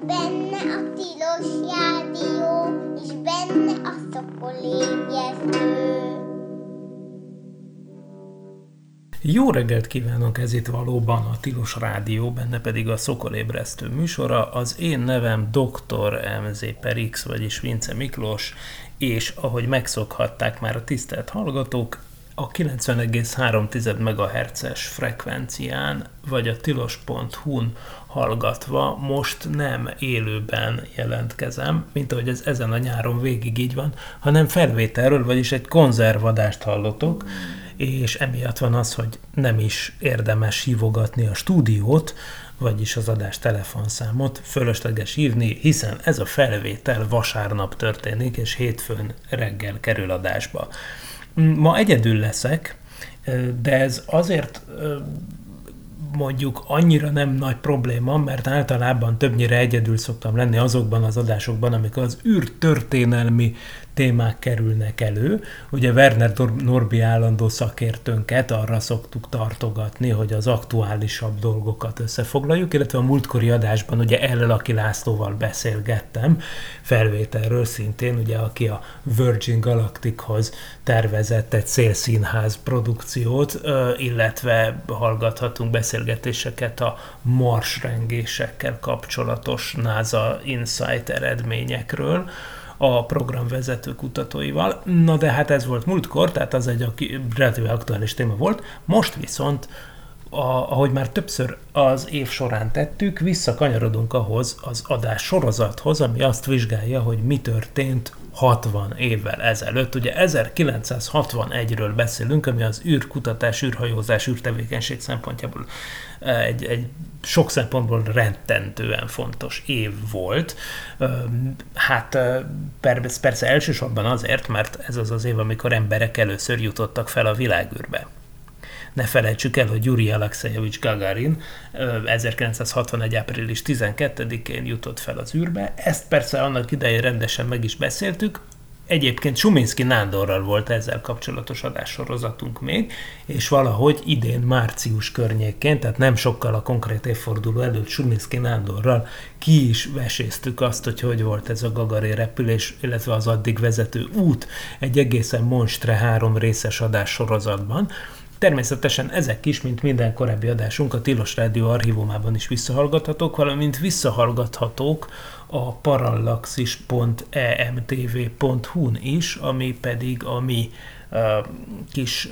Benne a Tilos Rádió, és benne a Szokolébresztő. Jó reggelt kívánok, ez itt valóban a Tilos Rádió, benne pedig a Szokolébresztő műsora. Az én nevem Dr. MZ per X, vagyis Vince Miklós, és ahogy megszokhatták már a tisztelt hallgatók, a 90,3 MHz-es frekvencián, vagy a tilos.hu-n hallgatva most nem élőben jelentkezem, mint ahogy ez ezen a nyáron végig így van, hanem felvételről, vagyis egy konzervadást hallotok, és emiatt van az, hogy nem is érdemes hívogatni a stúdiót, vagyis az adás telefonszámot, fölösleges hívni, hiszen ez a felvétel vasárnap történik, és hétfőn reggel kerül adásba. Ma egyedül leszek, de ez azért mondjuk annyira nem nagy probléma, mert általában többnyire egyedül szoktam lenni azokban az adásokban, amikor az űrtörténelmi témák kerülnek elő. Ugye Werner Norbi állandó szakértőnket arra szoktuk tartogatni, hogy az aktuálisabb dolgokat összefoglaljuk, illetve a múltkori adásban ugye Ellaki Lászlóval beszélgettem felvételről szintén, ugye aki a Virgin Galactichoz tervezett egy szélszínház produkciót, illetve hallgathatunk beszélgetéseket a marsrengésekkel kapcsolatos NASA Insight eredményekről a programvezető kutatóival. Na de hát ez volt múltkor, tehát az egy relatíve aktuális téma volt. Most viszont, ahogy már többször az év során tettük, visszakanyarodunk ahhoz az adás sorozathoz, ami azt vizsgálja, hogy mi történt 60 évvel ezelőtt. Ugye 1961-ről beszélünk, ami az űrkutatás, űrhajózás, űrtevékenység szempontjából egy sok szempontból rettentően fontos év volt. Hát persze elsősorban azért, mert ez az az év, amikor emberek először jutottak fel a világűrbe. Ne felejtsük el, hogy Jurij Alexejevics Gagarin 1961. április 12-én jutott fel az űrbe. Ezt persze annak idején rendesen meg is beszéltük. Egyébként Suminski Nándorral volt ezzel kapcsolatos adássorozatunk még, és valahogy idén március környékén, tehát nem sokkal a konkrét évforduló előtt Suminski Nándorral ki is veséztük azt, hogy volt ez a Gagarin repülés, illetve az addig vezető út egy egészen monstre 3 részes adássorozatban. Természetesen ezek is, mint minden korábbi adásunk, a Tilos Rádió archívumában is visszahallgathatók, valamint visszahallgathatók a parallaxis.emtv.hu-n is, ami pedig a mi kis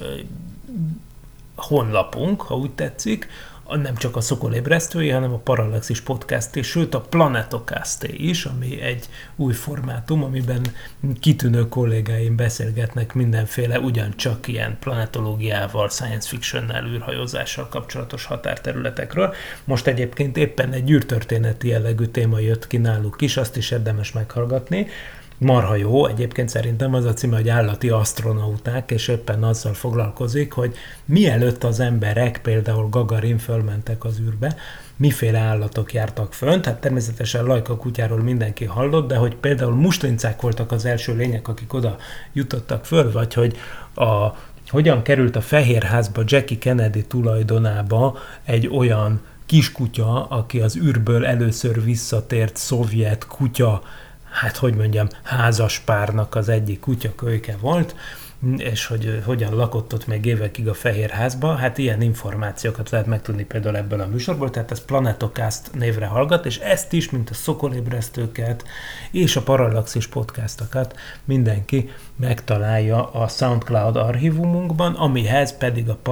honlapunk, ha úgy tetszik, nem csak a Szokolébresztői, hanem a Parallaxis Podcast, sőt a Planetocast is, ami egy új formátum, amiben kitűnő kollégáim beszélgetnek mindenféle ugyancsak ilyen planetológiával, science fictionnel, űrhajózással kapcsolatos határterületekről. Most egyébként éppen egy űrtörténeti jellegű téma jött ki náluk is, azt is érdemes meghallgatni. Marha jó, egyébként szerintem az a címe, hogy állati asztronauták, és éppen azzal foglalkozik, hogy mielőtt az emberek, például Gagarin fölmentek az űrbe, miféle állatok jártak fönt. Hát természetesen Lajka kutyáról mindenki hallott, de hogy például muslincák voltak az első lények, akik oda jutottak föl, vagy hogy hogyan került a Fehérházba Jackie Kennedy tulajdonába egy olyan kiskutya, aki az űrből először visszatért szovjet kutya, hát hogy mondjam, házaspárnak az egyik kutyakölyke volt, és hogy hogyan lakott ott még évekig a Fehérházba, hát ilyen információkat lehet megtudni például ebből a műsorból, tehát ez Planetocast névre hallgat, és ezt is, mint a Szokolébresztőket és a Parallaxis podcastokat mindenki megtalálja a SoundCloud archívumunkban, amihez pedig a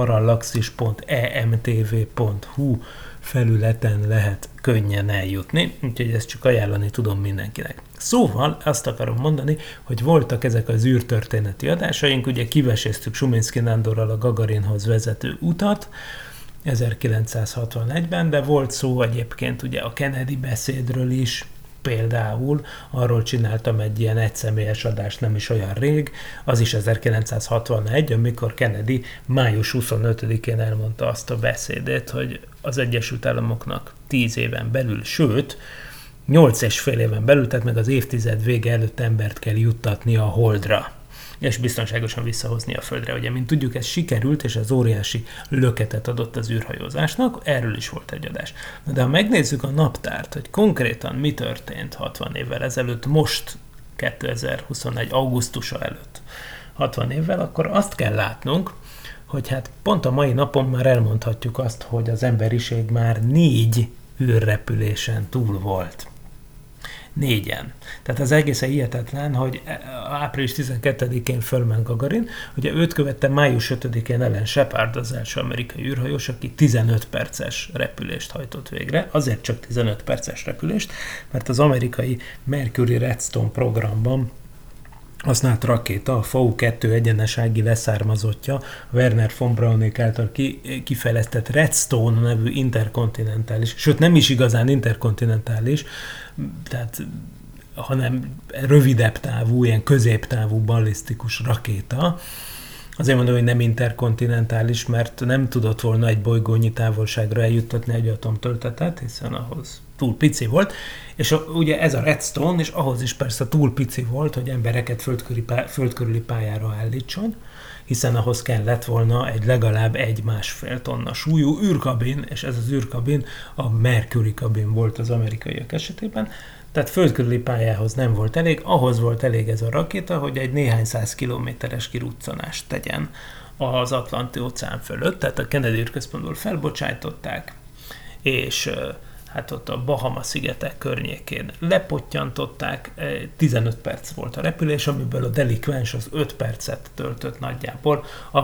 parallaxis.emtv.hu felületen lehet könnyen eljutni, úgyhogy ezt csak ajánlani tudom mindenkinek. Szóval azt akarom mondani, hogy voltak ezek az űrtörténeti adásaink, ugye kiveséztük Suminski Nándorral a Gagarinhoz vezető utat 1961-ben, de volt szó egyébként ugye a Kennedy beszédről is, például arról csináltam egy ilyen egyszemélyes adást nem is olyan rég, az is 1961, amikor Kennedy május 25-én elmondta azt a beszédét, hogy az Egyesült Államoknak 10 éven belül, sőt 8,5 éven belül, tehát meg az évtized vége előtt embert kell juttatni a Holdra. és biztonságosan visszahozni a Földre. Ugye, mint tudjuk, ez sikerült, és ez óriási löketet adott az űrhajózásnak, erről is volt egy adás. De ha megnézzük a naptárt, hogy konkrétan mi történt 60 évvel ezelőtt, most 2021. augusztusa előtt 60 évvel, akkor azt kell látnunk, hogy hát pont a mai napon már elmondhatjuk azt, hogy az emberiség már 4 űrrepülésen túl volt. 4-en. Tehát az egészen hihetetlen, hogy április 12-én fölment Gagarin, ugye őt követte május 5-én Alan Shepard, az első amerikai űrhajós, aki 15 perces repülést hajtott végre. Azért csak 15 perces repülést, mert az amerikai Mercury Redstone programban használt rakéta, a VU-2 egyenesági leszármazottja, Werner von Braun által kifejlesztett Redstone nevű interkontinentális, sőt nem is igazán interkontinentális, tehát, hanem rövidebb távú, ilyen középtávú ballisztikus rakéta. Azért mondom, hogy nem interkontinentális, mert nem tudott volna egy bolygónyi távolságra eljuttatni egy atomtöltetet, hiszen ahhoz túl pici volt, és ugye ez a Redstone, és ahhoz is persze túl pici volt, hogy embereket földkörüli pályára állítson, hiszen ahhoz kellett volna egy legalább 1,5 tonna súlyú űrkabin, és ez az űrkabin a Mercury kabin volt az amerikaiak esetében, tehát földkörüli pályához nem volt elég, ahhoz volt elég ez a rakéta, hogy egy néhány 100 kilométeres kiruccanást tegyen az Atlanti-óceán fölött, tehát a Kennedy űrközpontból felbocsájtották, és hát ott a Bahama-szigetek környékén lepottyantották, 15 perc volt a repülés, amiből a delikvens az 5 percet töltött nagyjából.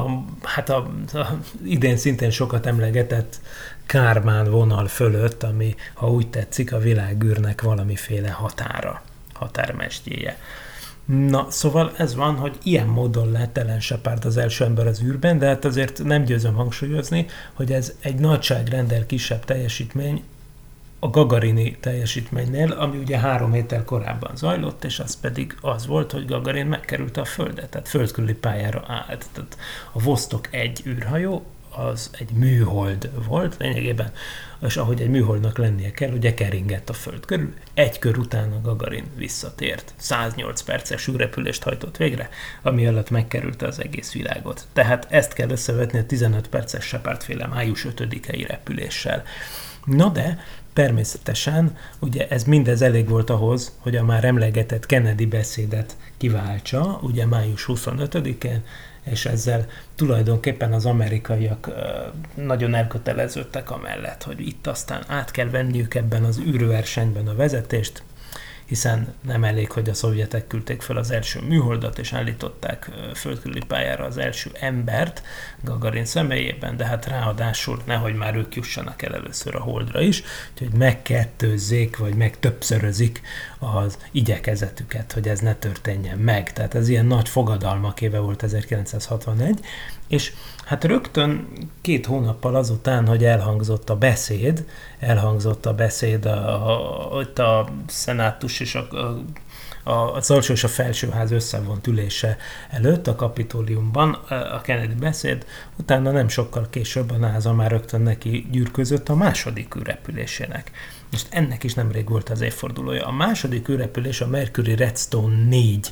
Idén szintén sokat emlegetett Kármán vonal fölött, ami, ha úgy tetszik, a világűrnek valamiféle határmestjéje. Na, szóval ez van, hogy ilyen módon lett Alan Shepard az első ember az űrben, de hát azért nem győzöm hangsúlyozni, hogy ez egy nagyságrendel kisebb teljesítmény a gagarini teljesítménynél, ami ugye 3 héttel korábban zajlott, és az pedig az volt, hogy Gagarin megkerülte a Földet, tehát földkörüli pályára állt. Tehát a Vostok 1 űrhajó az egy műhold volt lényegében, és ahogy egy műholdnak lennie kell, ugye keringett a Föld körül. 1 kör után a Gagarin visszatért. 108 perces űrrepülést hajtott végre, ami alatt megkerülte az egész világot. Tehát ezt kell összevetni a 15 perces Shepard-féle május 5-i repüléssel. Na de természetesen ugye ez mindez elég volt ahhoz, hogy a már emlegetett Kennedy beszédet kiváltsa, ugye május 25-én, és ezzel tulajdonképpen az amerikaiak nagyon elköteleződtek amellett, hogy itt aztán át kell venniük ebben az űrversenyben a vezetést, hiszen nem elég, hogy a szovjetek küldték fel az első műholdat, és állították földkörüli pályára az első embert Gagarin személyében, de hát ráadásul nehogy már ők jussanak el először a Holdra is, úgyhogy megkettőzzék, vagy megtöbbszörözik az igyekezetüket, hogy ez ne történjen meg. Tehát ez ilyen nagy fogadalmak éve volt 1961, és hát rögtön 2 hónappal azután, hogy elhangzott a beszéd ott a szenátus és az alsó és a felsőház összevont ülése előtt a Kapitoliumban a Kennedy beszéd, utána nem sokkal később a NASA már rögtön neki gyűrközött a második űrrepülésének. És ennek is nemrég volt az évfordulója. A második űrrepülés a Mercury Redstone 4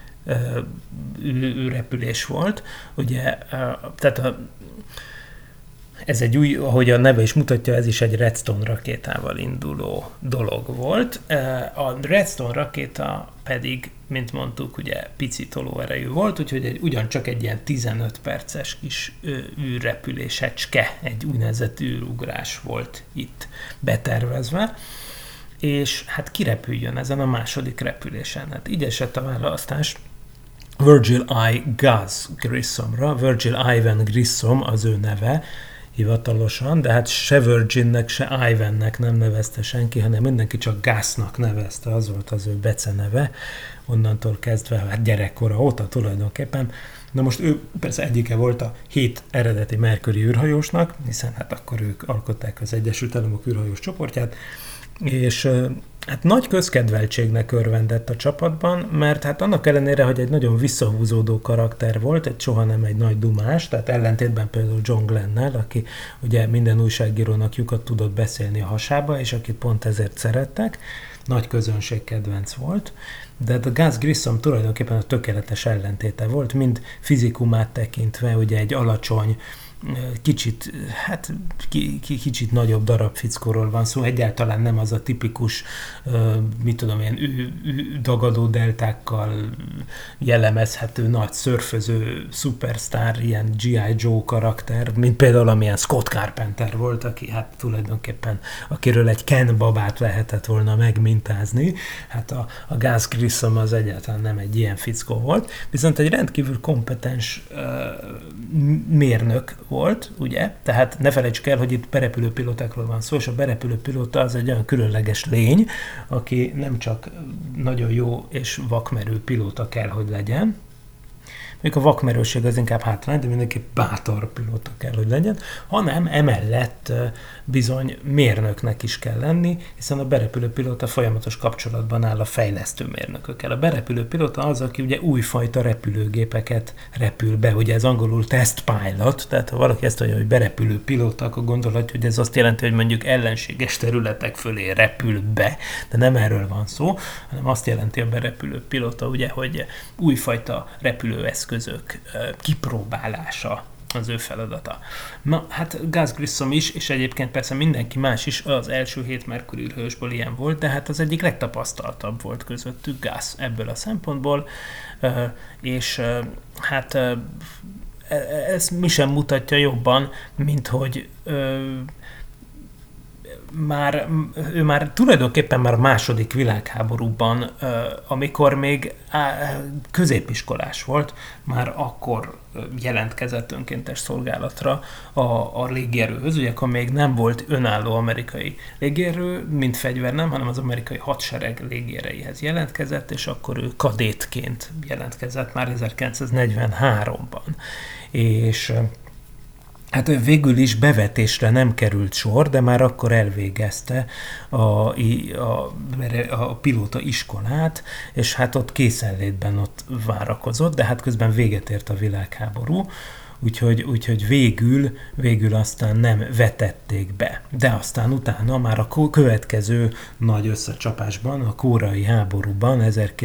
űrrepülés volt, ugye, tehát ez egy új, ahogy a neve is mutatja, ez is egy Redstone rakétával induló dolog volt. A Redstone rakéta pedig, mint mondtuk, ugye pici tolóerejű volt, úgyhogy ugyancsak egy ilyen 15 perces kis űrrepülésecske, egy úgynevezett űrugrás volt itt betervezve, és hát kirepüljön ezen a második repülésen. Hát így esett a választás Virgil I. Gus Grissomra. Virgil Ivan Grissom az ő neve hivatalosan, de hát se Virginnek, se Ivannek nem nevezte senki, hanem mindenki csak Gusnak nevezte, az volt az ő beceneve, onnantól kezdve, hát gyerekkora óta tulajdonképpen. Na most ő persze egyike volt a 7 eredeti Mercury űrhajósnak, hiszen hát akkor ők alkották az Egyesült Államok űrhajós csoportját, és hát nagy közkedveltségnek örvendett a csapatban, mert hát annak ellenére, hogy egy nagyon visszahúzódó karakter volt, soha nem egy nagy dumás, tehát ellentétben például John Glennel, aki ugye minden újságírónak lyukat tudott beszélni a hasába, és akit pont ezért szerettek, nagy közönség kedvenc volt, de a Gus Grissom tulajdonképpen a tökéletes ellentéte volt, mind fizikumát tekintve, ugye egy alacsony, kicsit, hát kicsit nagyobb darab fickóról van szó, egyáltalán nem az a tipikus, mit tudom én, dagadó deltákkal jellemezhető nagy szörföző szupersztár, ilyen G.I. Joe karakter, mint például amilyen Scott Carpenter volt, aki hát tulajdonképpen, akiről egy Ken babát lehetett volna megmintázni. Hát a Gus Grissom az egyáltalán nem egy ilyen fickó volt, viszont egy rendkívül kompetens mérnök volt, ugye? Tehát ne felejtsük el, hogy itt berepülő pilótákról van szó, és a berepülő pilóta az egy olyan különleges lény, aki nem csak nagyon jó és vakmerő pilóta kell, hogy legyen, még a vakmerőség az inkább hátrány, de mindenki bátor pilóta kell, hogy legyen, hanem emellett bizony mérnöknek is kell lenni, hiszen a berepülő pilóta folyamatos kapcsolatban áll a fejlesztő mérnökökkel. A berepülő pilóta az, aki ugye újfajta repülőgépeket repül be, ugye ez angolul test pilot, tehát ha valaki ezt mondja, hogy berepülő pilóta, akkor gondolhatja, hogy ez azt jelenti, hogy mondjuk ellenséges területek fölé repül be, de nem erről van szó, hanem azt jelenti a berepülő pilóta, ugye, hogy újfajta repülőeszközök kipróbálása az ő feladata. Na, hát Gus Grissom is, és egyébként persze mindenki más is az első 7 Mercury űrhősből ilyen volt, de hát az egyik legtapasztaltabb volt közöttük Gus ebből a szempontból, és hát ez mi sem mutatja jobban, mint hogy ő már tulajdonképpen már a második világháborúban, amikor még középiskolás volt, már akkor jelentkezett önkéntes szolgálatra a légierőhöz, ugye akkor még nem volt önálló amerikai légierő, mint fegyver nem, hanem az amerikai hadsereg légiereihez jelentkezett, és akkor ő kadétként jelentkezett már 1943-ban. És hát végül is bevetésre nem került sor, de már akkor elvégezte a pilóta iskolát, és hát ott készenlétben ott várakozott, de hát közben véget ért a világháború, úgyhogy végül aztán nem vetették be. De aztán utána már a következő nagy összecsapásban, a koreai háborúban,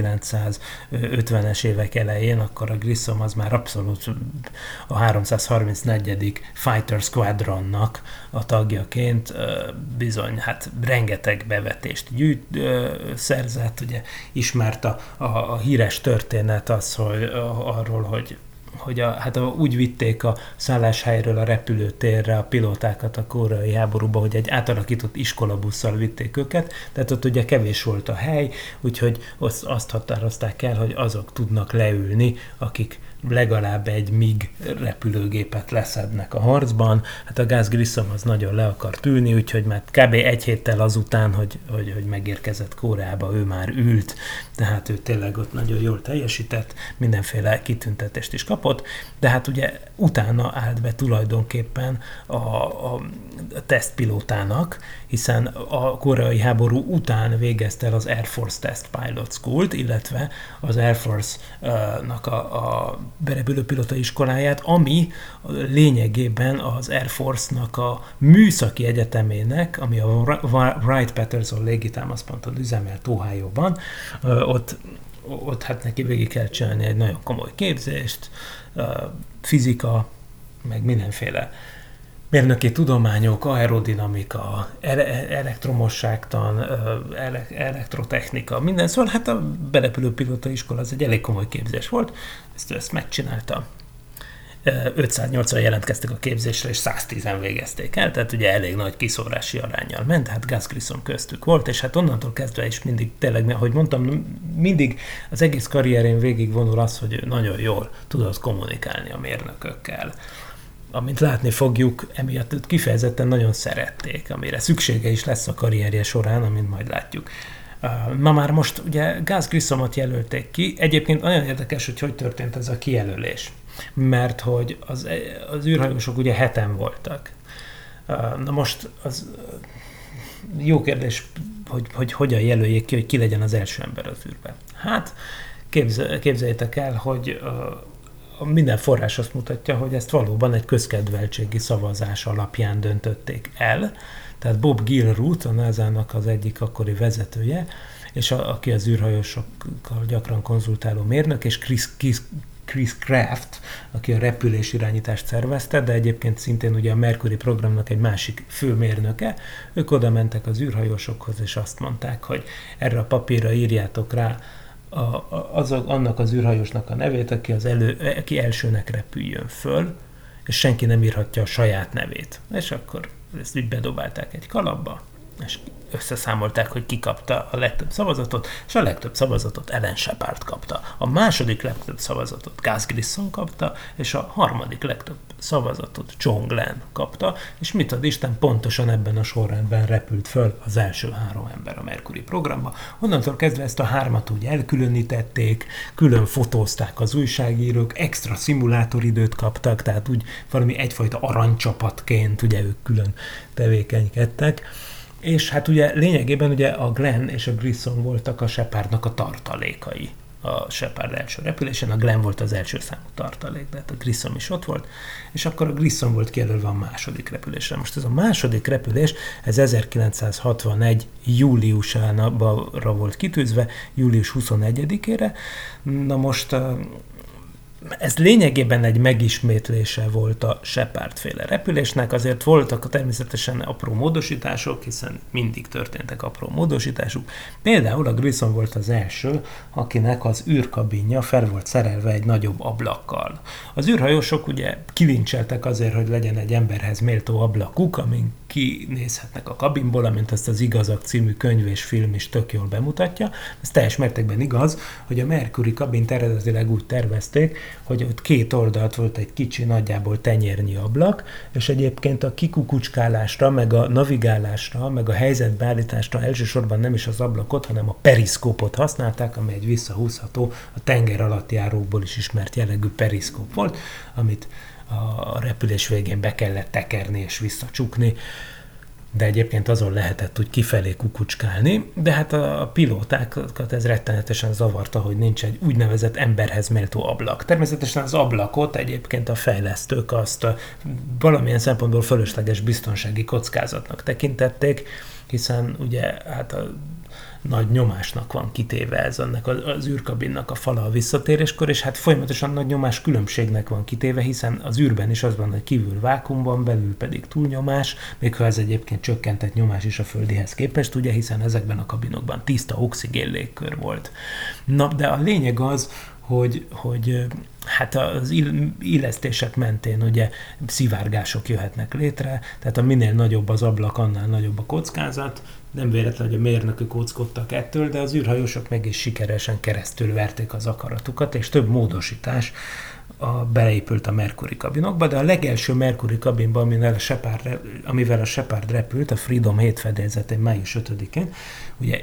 1950-es évek elején, akkor a Grissom az már abszolút a 334. Fighter Squadronnak a tagjaként bizony, hát rengeteg bevetést szerzett, ugye ismert a híres történet az, hogy arról, hogy úgy vitték a szálláshelyről a repülőtérre a pilótákat a koreai háborúba, hogy egy átalakított iskolabusszal vitték őket, tehát ott ugye kevés volt a hely, úgyhogy azt határozták el, hogy azok tudnak leülni, akik legalább egy MiG repülőgépet leszednek a harcban. Hát a Gus Grissom az nagyon le akart ülni, úgyhogy már kb. Egy héttel azután, hogy megérkezett Koreába, ő már ült, tehát ő tényleg ott nagyon jól teljesített, mindenféle kitüntetést is kapott, de hát ugye utána állt be tulajdonképpen a tesztpilótának, hiszen a koreai háború után végezte el az Air Force Test Pilot School-t, illetve az Air Force-nak a berepülőpilóta iskoláját, ami lényegében az Air Force-nak a műszaki egyetemének, ami a Wright-Patterson légitámaszponton üzemelt Ohio-ban, ott hát neki végig kell csinálni egy nagyon komoly képzést, fizika, meg mindenféle mérnöki tudományok, aerodinamika, elektromosságtan, elektrotechnika, minden. Szóval hát a berepülőpilóta iskola az egy elég komoly képzés volt, ezt megcsinálta. 580 jelentkeztek a képzésre, és 110-en végezték el, tehát ugye elég nagy kiszórási aránnyal ment, hát Gus Grissom köztük volt, és hát onnantól kezdve is mindig tényleg, ahogy mondtam, mindig az egész karrierén végigvonul az, hogy ő nagyon jól tudott kommunikálni a mérnökökkel. Amint látni fogjuk, emiatt őt kifejezetten nagyon szerették, amire szüksége is lesz a karrierje során, amint majd látjuk. Na már most ugye Gus Grissomot jelölték ki, egyébként nagyon érdekes, hogy történt ez a kijelölés, mert hogy az űrhajósok ugye 7-en voltak. Na most az jó kérdés, hogy hogyan jelöljék ki, hogy ki legyen az első ember az űrben. Hát képzeljétek el, hogy minden forrás azt mutatja, hogy ezt valóban egy közkedveltségi szavazás alapján döntötték el. Tehát Bob Gilruth, a NASA-nak az egyik akkori vezetője, és aki az űrhajósokkal gyakran konzultáló mérnök, és Chris Kraft, aki a repülés irányítást szervezte, de egyébként szintén ugye a Mercury programnak egy másik főmérnöke, ők oda mentek az űrhajósokhoz, és azt mondták, hogy erre a papírra írjátok rá annak az űrhajósnak a nevét, aki elsőnek repüljön föl, és senki nem írhatja a saját nevét. És akkor ezt úgy bedobálták egy kalapba, és összeszámolták, hogy ki kapta a legtöbb szavazatot, és a legtöbb szavazatot Alan Shepard kapta. A második legtöbb szavazatot Gus Grissom kapta, és a harmadik legtöbb szavazatot John Glenn kapta, és mit ad Isten, pontosan ebben a sorrendben repült föl az első 3 ember a Mercury programba. Onnantól kezdve ezt a 3-at úgy elkülönítették, külön fotózták az újságírók, extra szimulátoridőt kaptak, tehát úgy valami egyfajta aranycsapatként, ugye ők külön tevékenykedtek. És hát ugye lényegében ugye a Glenn és a Grissom voltak a Shepardnak a tartalékai. A Shepard első repülésen, a Glenn volt az első számú tartalék, de hát a Grissom is ott volt, és akkor a Grissom volt kijelölve a második repülésre. Most ez a második repülés, ez 1961 júliusára volt kitűzve, július 21-ére. Na most ez lényegében egy megismétlése volt a Shepard-féle repülésnek, azért voltak természetesen apró módosítások, hiszen mindig történtek apró módosítások. Például a Grissom volt az első, akinek az űrkabinja fel volt szerelve egy nagyobb ablakkal. Az űrhajósok ugye kilincseltek azért, hogy legyen egy emberhez méltó ablakuk, amin kinézhetnek a kabinból, amint ezt az Igazak című könyv és film is tök jól bemutatja. Ez teljes mértékben igaz, hogy a Mercury kabint eredetileg úgy tervezték, hogy ott 2 oldalt volt egy kicsi, nagyjából tenyérnyi ablak, és egyébként a kikukucskálásra, meg a navigálásra, meg a helyzetbeállításra elsősorban nem is az ablakot, hanem a periszkópot használták, ami egy visszahúzható, a tenger alatt járókból is ismert jellegű periszkóp volt, amit a repülés végén be kellett tekerni és visszacsukni, de egyébként azon lehetett úgy kifelé kukucskálni, de hát a pilótákat ez rettenetesen zavarta, hogy nincs egy úgynevezett emberhez méltó ablak. Természetesen az ablakot egyébként a fejlesztők azt valamilyen szempontból fölösleges biztonsági kockázatnak tekintették, hiszen ugye hát a nagy nyomásnak van kitéve ez ennek az űrkabinnak a fala a visszatéréskor, és hát folyamatosan nagy nyomás különbségnek van kitéve, hiszen az űrben is az van, hogy kívül vákuumban, belül pedig túlnyomás, még ha ez egyébként csökkentett nyomás is a földihez képest, ugye, hiszen ezekben a kabinokban tiszta oxigén légkör volt. Na, de a lényeg az, hogy hát az illesztések mentén ugye szivárgások jöhetnek létre, tehát a minél nagyobb az ablak, annál nagyobb a kockázat. Nem véletlen, hogy a mérnökök óckodtak ettől, de az űrhajósok meg is sikeresen keresztül verték az akaratukat, és több módosítás beleépült a Mercury kabinokba, de a legelső Mercury kabinban, amivel a Shepard repült, a Freedom 7 fedélzetén május 5-én, ugye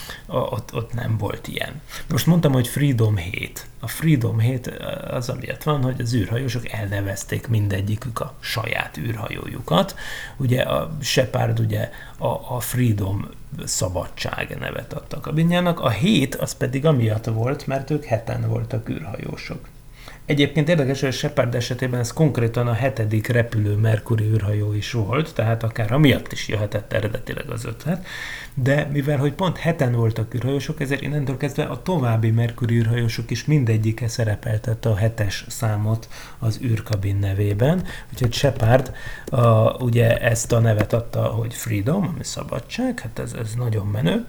ott nem volt ilyen. Most mondtam, hogy Freedom 7. A Freedom 7 az amiatt van, hogy az űrhajósok elnevezték mindegyikük a saját űrhajójukat. Ugye a Shepard ugye a Freedom szabadság nevet adta a kabinjának, a 7 az pedig amiatt volt, mert ők 7-en voltak űrhajósok. Egyébként érdekes, hogy a Shepard esetében ez konkrétan a 7. repülő Mercury űrhajó is volt, tehát akár amiatt is jöhetett eredetileg az ötlet, de mivel hogy pont 7-en voltak űrhajósok, ezért innentől kezdve a további Mercury űrhajósok is mindegyike szerepeltette a 7-es számot az űrkabin nevében, úgyhogy Shepard ugye ezt a nevet adta, hogy Freedom, ami szabadság, hát ez nagyon menő.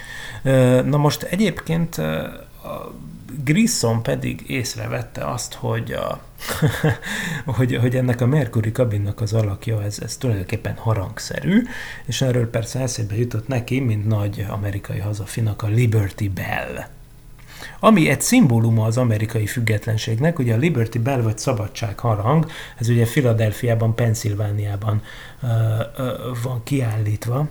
Na most egyébként a Grissom pedig észrevette azt, hogy ennek a Mercury kabinnak az alakja, ez tulajdonképpen harangszerű, és erről persze eszébe jutott neki, mint nagy amerikai hazafinak a Liberty Bell. Ami egy szimbóluma az amerikai függetlenségnek, ugye a Liberty Bell vagy szabadság harang, ez ugye Philadelphiában, Pennsylvániában van kiállítva,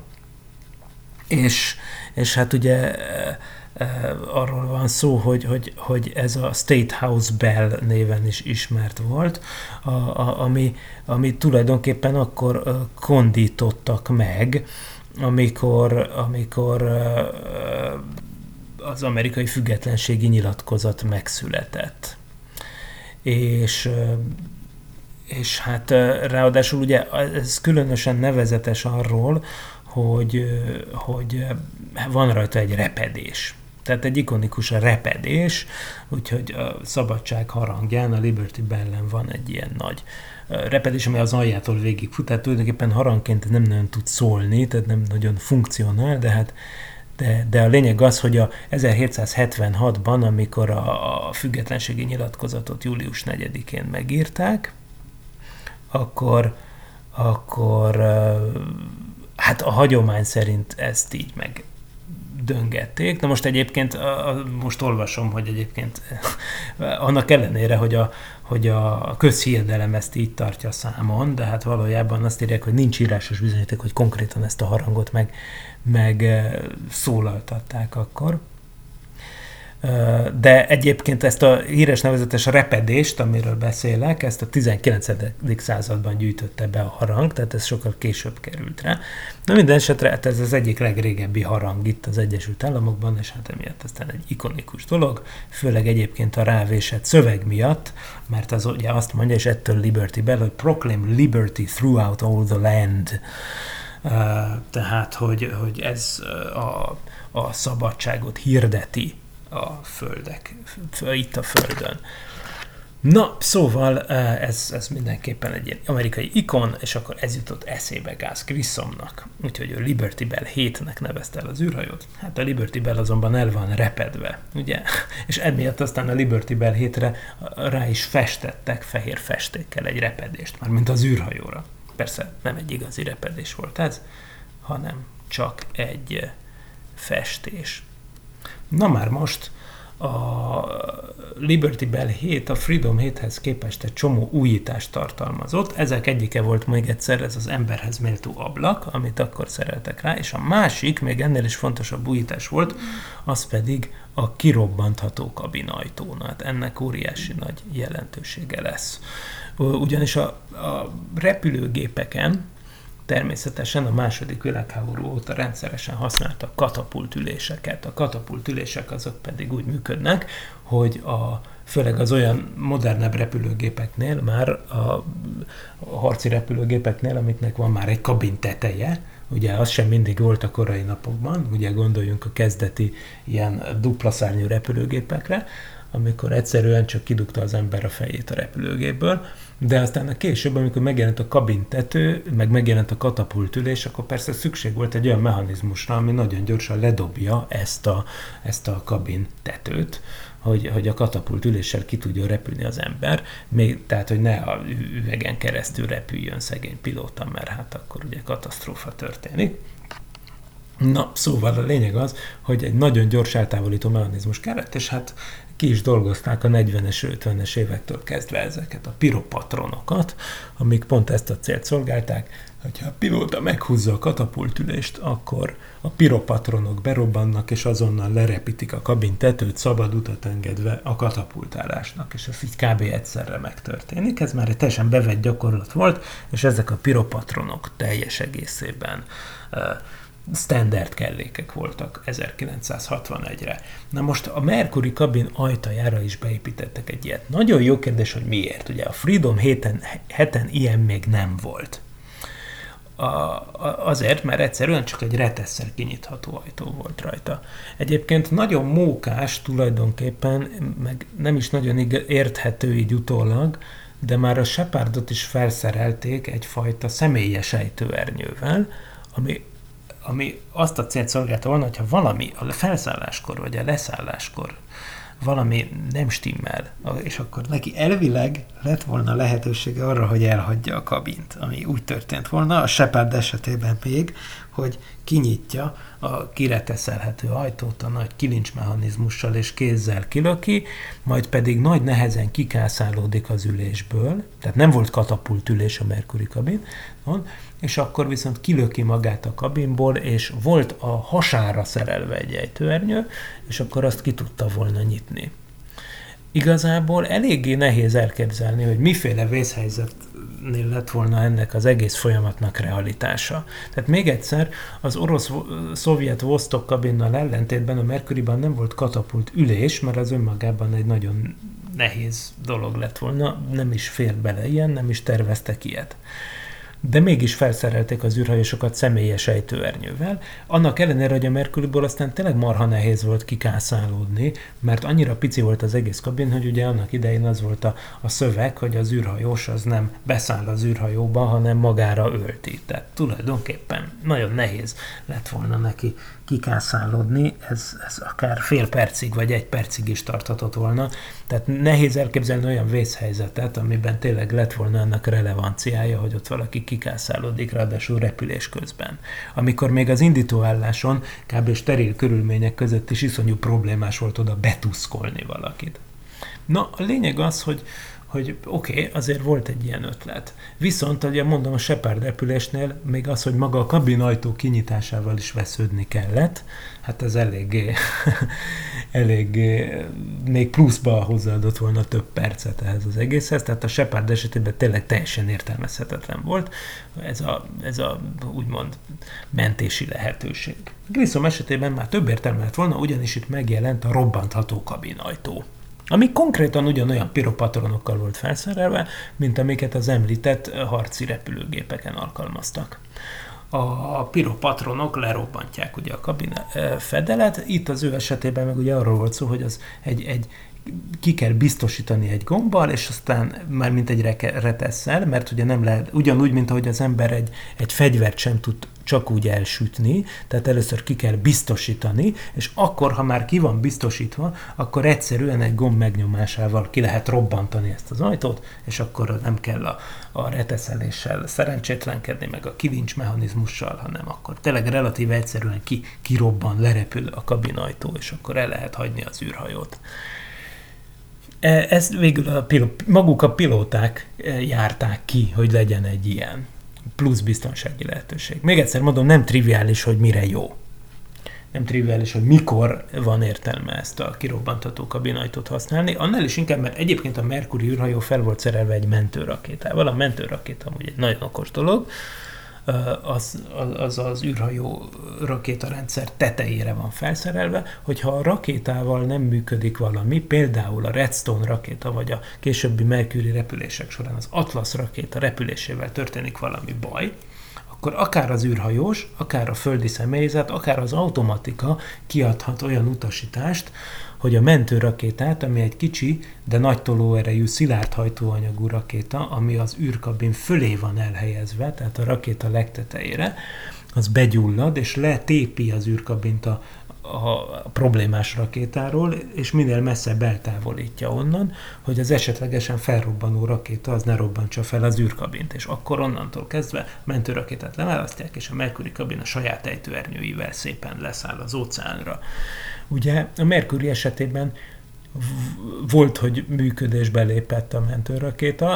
és hát ugye arról van szó, hogy ez a State House Bell néven is ismert volt, ami tulajdonképpen akkor kondítottak meg, amikor az amerikai függetlenségi nyilatkozat megszületett. és hát ráadásul ugye ez különösen nevezetes arról, hogy van rajta egy repedés. Tehát egy ikonikus a repedés, úgyhogy a szabadság harangján, a Liberty Bellen van egy ilyen nagy repedés, ami az aljától végigfut, tehát tulajdonképpen harangként nem nagyon tud szólni, tehát nem nagyon funkcionál, de a lényeg az, hogy a 1776-ban, amikor a függetlenségi nyilatkozatot július 4-én megírták, akkor hát a hagyomány szerint ezt így megdöngették. Na most egyébként, most olvasom, hogy egyébként annak ellenére, hogy a közhiedelem ezt így tartja számon, de hát valójában azt írják, hogy nincs írásos bizonyíték, hogy konkrétan ezt a harangot meg szólaltatták akkor. De egyébként ezt a híres nevezetes repedést, amiről beszélek, ezt a 19. században gyűjtötte be a harang, tehát ez sokkal később került rá. Na minden esetre hát ez az egyik legrégebbi harang itt az Egyesült Államokban, és hát emiatt aztán egy ikonikus dolog, főleg egyébként a rávésett szöveg miatt, mert az ugye azt mondja, és ettől Liberty Bell, hogy proclaim liberty throughout all the land. Tehát, hogy ez a szabadságot hirdeti a földek, itt a földön. Na, szóval ez mindenképpen egy ilyen amerikai ikon, és akkor ez jutott eszébe Gus Grissomnak. Úgyhogy ő Liberty Bell 7-nek nevezte el az űrhajót. Hát a Liberty Bell azonban el van repedve, ugye? És emiatt aztán a Liberty Bell 7-re rá is festettek fehér festékkel egy repedést, mármint az űrhajóra. Persze nem egy igazi repedés volt ez, hanem csak egy festés. Na már most a Liberty Bell 7 a Freedom 7-hez képest egy csomó újítást tartalmazott. Ezek egyike volt még egyszer ez az emberhez méltó ablak, amit akkor szereltek rá, és a másik, még ennél is fontosabb újítás volt, az pedig a kirobbantható kabinajtó. Hát ennek óriási nagy jelentősége lesz. Ugyanis a repülőgépeken természetesen a második világháború óta rendszeresen használtak katapultüléseket. A katapultülések azok pedig úgy működnek, hogy főleg az olyan modernebb repülőgépeknél, már a harci repülőgépeknél, amiknek van már egy kabin teteje, ugye az sem mindig volt a korai napokban, ugye gondoljunk a kezdeti ilyen dupla szárnyú repülőgépekre, amikor egyszerűen csak kidugta az ember a fejét a repülőgépből, de aztán a később, amikor megjelent a kabintető, meg megjelent a katapultülés, akkor persze szükség volt egy olyan mechanizmusra, ami nagyon gyorsan ledobja ezt a kabintetőt, hogy a katapultüléssel ki tudjon repülni az ember, tehát, hogy ne a üvegen keresztül repüljön szegény pilóta, mert hát akkor ugye katasztrófa történik. Na, szóval a lényeg az, hogy egy nagyon gyors eltávolító mechanizmus kellett, és hát ki is dolgozták a 40-es, 50-es évektől kezdve ezeket a piropatronokat, amik pont ezt a célt szolgálták, hogyha a pilóta meghúzza a katapultülést, akkor a piropatronok berobbannak, és azonnal lerepítik a kabin tetőt, szabad utat engedve a katapultálásnak, és ez így kb. Egyszerre megtörténik. Ez már egy teljesen bevett gyakorlat volt, és ezek a piropatronok teljes egészében standard kellékek voltak 1961-re. Na most a Mercury kabin ajtajára is beépítettek egy ilyet. Nagyon jó kérdés, hogy miért. Ugye a Freedom 7-en ilyen még nem volt. Azért, mert egyszerűen csak egy retesszel kinyitható ajtó volt rajta. Egyébként nagyon mókás tulajdonképpen, meg nem is nagyon érthető így utólag, de már a Shepardot is felszerelték egyfajta személyes ejtőernyővel, ami azt a célt szolgálta volna, hogyha valami a felszálláskor vagy a leszálláskor valami nem stimmel, és akkor neki elvileg lett volna lehetősége arra, hogy elhagyja a kabint, ami úgy történt volna, a Shepard esetében még, hogy kinyitja a kireteszelhető ajtót a nagy kilincsmechanizmussal és kézzel kilöki, majd pedig nagy nehezen kikászálódik az ülésből, tehát nem volt katapultülés a Mercury kabin, és akkor viszont kilöki magát a kabinból, és volt a hasára szerelve egy ejtőernyő, és akkor azt ki tudta volna nyitni. Igazából eléggé nehéz elképzelni, hogy miféle vészhelyzetnél lett volna ennek az egész folyamatnak realitása. Tehát még egyszer, az orosz-szovjet Vostok kabinnal ellentétben a Mercuryban nem volt katapult ülés, mert az önmagában egy nagyon nehéz dolog lett volna, nem is fér bele ilyen, nem is terveztek ilyet. De mégis felszerelték az űrhajósokat személyes ejtőernyővel, annak ellenére, hogy a Mercuryból aztán tényleg marha nehéz volt kikászálódni, mert annyira pici volt az egész kabin, hogy ugye annak idején az volt a szöveg, hogy az űrhajós az nem beszáll az űrhajóba, hanem magára ölti. Tehát tulajdonképpen nagyon nehéz lett volna neki kikászálódni, ez akár fél percig vagy 1 percig is tarthatott volna. Tehát nehéz elképzelni olyan vészhelyzetet, amiben tényleg lett volna ennek relevanciája, hogy ott valaki kikászálódik, ráadásul repülés közben. Amikor még az indítóálláson kb. Steril körülmények között is iszonyú problémás volt oda betuszkolni valakit. Na, a lényeg az, hogy oké, azért volt egy ilyen ötlet. Viszont, ugye mondom, a Shepard repülésnél még az, hogy maga a kabinajtó kinyitásával is vesződni kellett, hát ez eléggé még pluszba hozzáadott volna több percet ehhez az egészhez, tehát a Shepard esetében tényleg teljesen értelmezhetetlen volt ez a úgymond mentési lehetőség. Grissom esetében már több értelme lett volna, ugyanis itt megjelent a robbantható kabinajtó, ami konkrétan ugyanolyan piropatronokkal volt felszerelve, mint amiket az említett harci repülőgépeken alkalmaztak. A piropatronok lerobbantják ugye a kabin fedelet, itt az ő esetében meg ugye arról volt szó, hogy az ki kell biztosítani egy gombbal, és aztán már mint egy retesszel, mert ugye nem lehet, ugyanúgy, mint ahogy az ember egy fegyvert sem tud csak úgy elsütni, tehát először ki kell biztosítani, és akkor, ha már ki van biztosítva, akkor egyszerűen egy gomb megnyomásával ki lehet robbantani ezt az ajtót, és akkor nem kell a reteszeléssel szerencsétlenkedni, meg a kivincs mechanizmussal, hanem akkor tényleg relatíve egyszerűen kirobban, lerepül a kabinajtó, és akkor el lehet hagyni az űrhajót. Ezt végül maguk a pilóták járták ki, hogy legyen egy ilyen plusz biztonsági lehetőség. Még egyszer mondom, nem triviális, hogy mire jó. Nem triviális, hogy mikor van értelme ezt a kirobbantható kabinajtót használni. Annál is inkább, mert egyébként a Mercury űrhajó fel volt szerelve egy mentőrakétával. A mentőrakéta amúgy egy nagyon okos dolog. Az űrhajó rakétarendszer tetejére van felszerelve, hogyha a rakétával nem működik valami, például a Redstone rakéta, vagy a későbbi Mercury repülések során az Atlas rakéta repülésével történik valami baj, akkor akár az űrhajós, akár a földi személyzet, akár az automatika kiadhat olyan utasítást, hogy a mentőrakétát, ami egy kicsi, de nagy tolóerejű szilárd hajtóanyagú rakéta, ami az űrkabin fölé van elhelyezve, tehát a rakéta legtetejére, az begyullad, és letépi az űrkabint a problémás rakétáról, és minél messzebb eltávolítja onnan, hogy az esetlegesen felrobbanó rakéta az ne robbantsa fel az űrkabint, és akkor onnantól kezdve mentőrakétát leválasztják, és a Mercury kabin a saját ejtőernyőivel szépen leszáll az óceánra. Ugye a Mercury esetében volt, hogy működésbe lépett a mentőrakéta,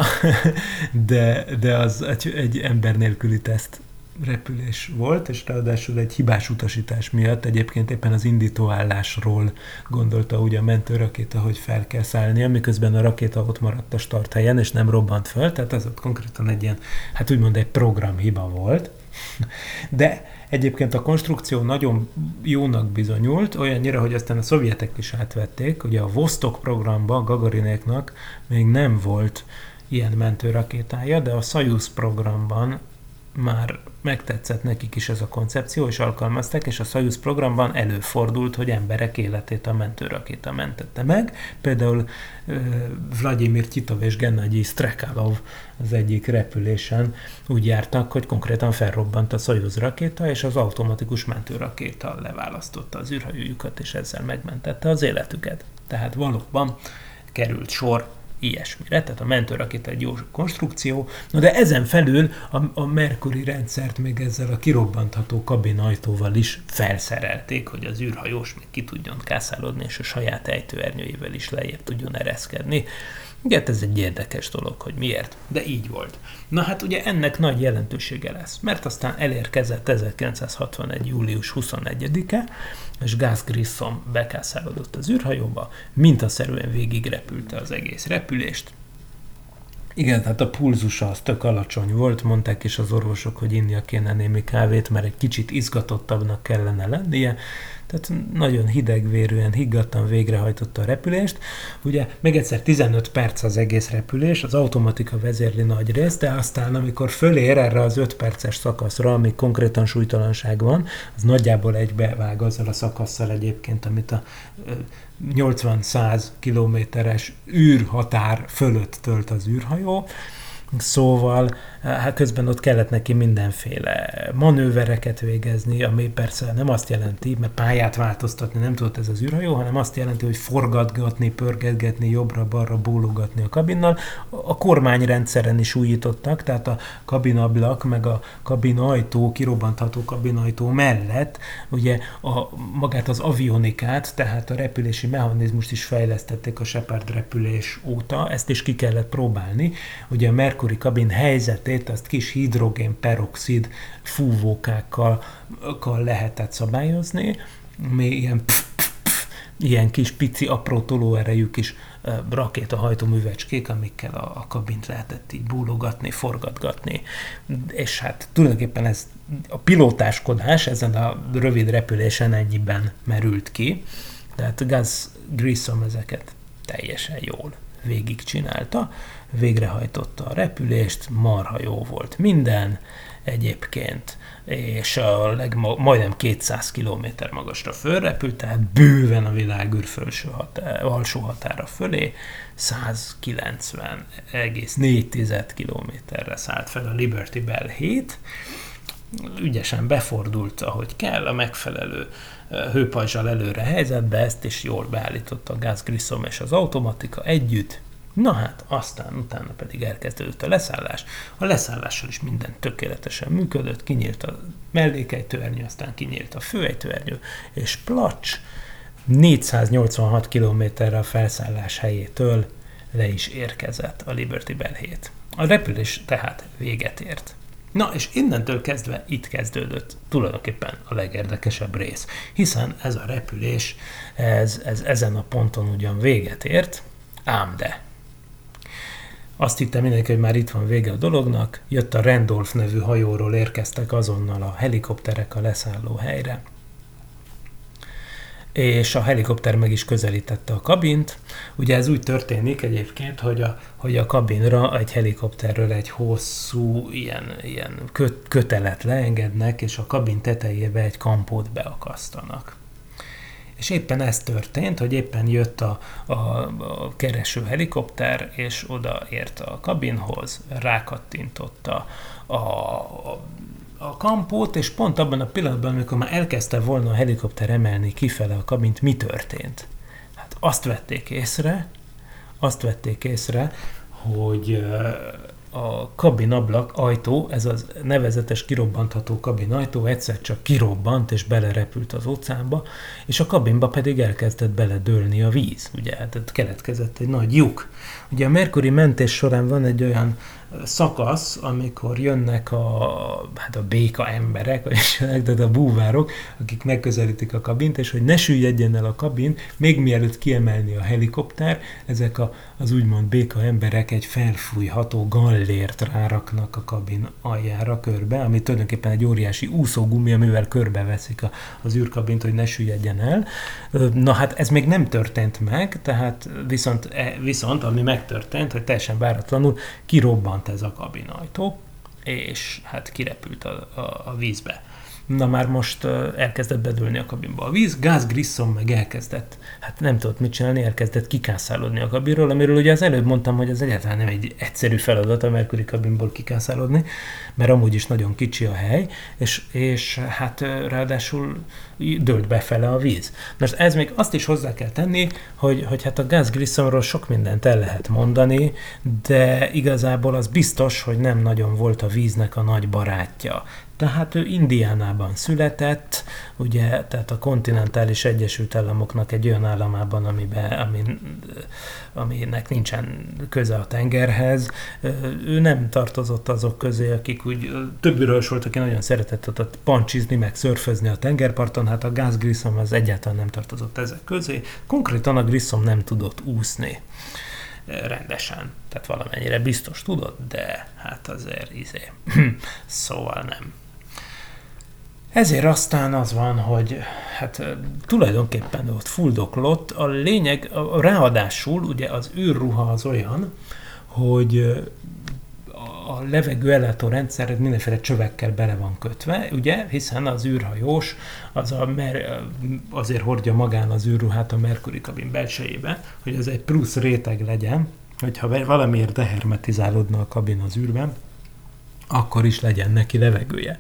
de az egy ember nélküli teszt repülés volt, és ráadásul egy hibás utasítás miatt egyébként éppen az indítóállásról gondolta ugye a mentőrakéta, hogy fel kell szállnia, miközben a rakéta ott maradt a starthelyen, és nem robbant föl, tehát az ott konkrétan egy ilyen, hát úgymond egy programhiba volt. De egyébként a konstrukció nagyon jónak bizonyult, olyannyira, hogy aztán a szovjetek is átvették, ugye a Vostok programban Gagarinéknak még nem volt ilyen mentőrakétája, de a Szajuz programban már megtetszett nekik is ez a koncepció, és alkalmazták, és a Szajuz programban előfordult, hogy emberek életét a mentőrakéta mentette meg. Például Vladimir Titov és Gennadij Strekalov az egyik repülésen úgy jártak, hogy konkrétan felrobbant a Szajuz rakéta, és az automatikus mentőrakéta leválasztotta az űrhajójukat, és ezzel megmentette az életüket. Tehát valóban került sor ilyesmire, tehát a mentőrakéta egy jó konstrukció, de ezen felül a Mercury rendszert még ezzel a kirobbantható kabinajtóval is felszerelték, hogy az űrhajós még ki tudjon kászálódni, és a saját ejtőernyőjével is lejjebb tudjon ereszkedni. Ugye ez egy érdekes dolog, hogy miért, de így volt. Na hát ugye ennek nagy jelentősége lesz, mert aztán elérkezett 1961. július 21-e, és Gus Grissom bekászálódott az űrhajóba, mintaszerűen végigrepülte az egész repülést. Igen, tehát a pulzusa az tök alacsony volt, mondták is az orvosok, hogy innia kéne némi kávét, mert egy kicsit izgatottabbnak kellene lennie, Tehát nagyon hidegvérűen, higgadtan végrehajtotta a repülést. Ugye még egyszer 15 perc az egész repülés, az automatika vezérli nagy részt, de aztán amikor fölér erre az 5 perces szakaszra, ami konkrétan súlytalanság van, az nagyjából egybevág azzal a szakasszal egyébként, amit a 80-100 kilométeres űrhatár fölött tölt az űrhajó. Szóval hát közben ott kellett neki mindenféle manővereket végezni, ami persze nem azt jelenti, mert pályát változtatni nem tudott ez az űrhajó, hanem azt jelenti, hogy forgatgatni, pörgetgetni, jobbra-balra bólogatni a kabinnal. A kormányrendszeren is újítottak, tehát a kabinablak, meg a kabinajtó, kirobbantható kabinajtó mellett ugye magát az avionikát, tehát a repülési mechanizmust is fejlesztették a Shepard repülés óta, ezt is ki kellett próbálni. Ugye a Mercury kabin helyzetét azt kis hidrogén-peroxid fúvókákkal lehetett szabályozni, még ilyen kis pici apró tolóerejű kis rakétahajtóművecskék, amikkel a kabint lehetett így búlogatni, forgatgatni. És hát tulajdonképpen ez a pilótáskodás ezen a rövid repülésen ennyiben merült ki. Tehát Gus Grissom ezeket teljesen jól végigcsinálta, végrehajtotta a repülést, marha jó volt minden egyébként, és majdnem 200 km magasra fölrepült, tehát bőven a világűr alsó határa fölé, 190,4 kilométerre szállt fel a Liberty Bell 7, ügyesen befordult, ahogy kell, a megfelelő hőpajzsal előre helyzetbe, ezt is jól beállította Gus Grissom és az automatika együtt. Na hát, aztán utána pedig elkezdődött a leszállás. A leszállással is minden tökéletesen működött, kinyílt a mellékejtőernyő, aztán kinyílt a főejtőernyő, és placs, 486 kilométerre a felszállás helyétől le is érkezett a Liberty Bell 7. A repülés tehát véget ért. Na, és innentől kezdve itt kezdődött tulajdonképpen a legérdekesebb rész, hiszen ez a repülés, ez ezen a ponton ugyan véget ért, ám de. Azt hittem mindenki, hogy már itt van vége a dolognak, jött a Randolph nevű hajóról érkeztek azonnal a helikopterek a leszálló helyre, és a helikopter meg is közelítette a kabint. Ugye ez úgy történik egyébként, hogy a kabinra egy helikopterről egy hosszú ilyen kötelet leengednek, és a kabin tetejébe egy kampót beakasztanak. És éppen ez történt, hogy éppen jött a kereső helikopter, és odaért a kabinhoz, rákattintotta a kampót, és pont abban a pillanatban, amikor már elkezdte volna a helikopter emelni kifele a kabint, mi történt? Hát azt vették észre, hogy a kabinablak ajtó, ez az nevezetes kirobbantható kabinajtó egyszer csak kirobbant és belerepült az óceánba, és a kabinba pedig elkezdett beledőlni a víz. Ugye, tehát keletkezett egy nagy lyuk. Ugye a Mercury mentés során van egy olyan szakasz, amikor jönnek a béka emberek, vagy a búvárok, akik megközelítik a kabint, és hogy ne süllyedjen el a kabin, még mielőtt kiemelni a helikopter, ezek az úgymond béka emberek egy felfújható gallért ráraknak a kabin aljára körbe, ami tulajdonképpen egy óriási úszógumi, amivel körbeveszik az űrkabint, hogy ne süllyedjen el. Na hát ez még nem történt meg, tehát viszont ami megtörtént, hogy teljesen váratlanul kirobbant ez a kabinajtó, és hát kirepült a vízbe. Na már most elkezdett bedőlni a kabinba a víz, Gus Grissom meg elkezdett, hát nem tudott mit csinálni, elkezdett kikászálódni a kabinról, amiről ugye az előbb mondtam, hogy ez egyáltalán nem egy egyszerű feladat a Mercury kabinból kikászálódni, mert amúgy is nagyon kicsi a hely, és hát ráadásul dőlt befele a víz. Most ez még azt is hozzá kell tenni, hogy hát a Gus Grissomról sok mindent el lehet mondani, de igazából az biztos, hogy nem nagyon volt a víznek a nagy barátja. Tehát ő Indiánában született, ugye, tehát a kontinentális Egyesült Államoknak egy olyan államában, aminek nincsen köze a tengerhez. Ő nem tartozott azok közé, akik úgy többről volt, aki nagyon szeretett ott pancsizni, meg szörfözni a tengerparton, hát a Gus Grissom az egyáltalán nem tartozott ezek közé. Konkrétan a Grissom nem tudott úszni rendesen. Tehát valamennyire biztos tudott, de hát azért szóval nem. Ezért aztán az van, hogy hát tulajdonképpen ott fuldoklott. A lényeg, ráadásul ugye az űrruha az olyan, hogy a levegő ellátó rendszer mindenféle csövekkel bele van kötve, ugye, hiszen az űrhajós azért hordja magán az űrruhát a Mercury kabin belsejébe, hogy ez egy plusz réteg legyen, hogyha valamiért dehermetizálódna a kabin az űrben, akkor is legyen neki levegője.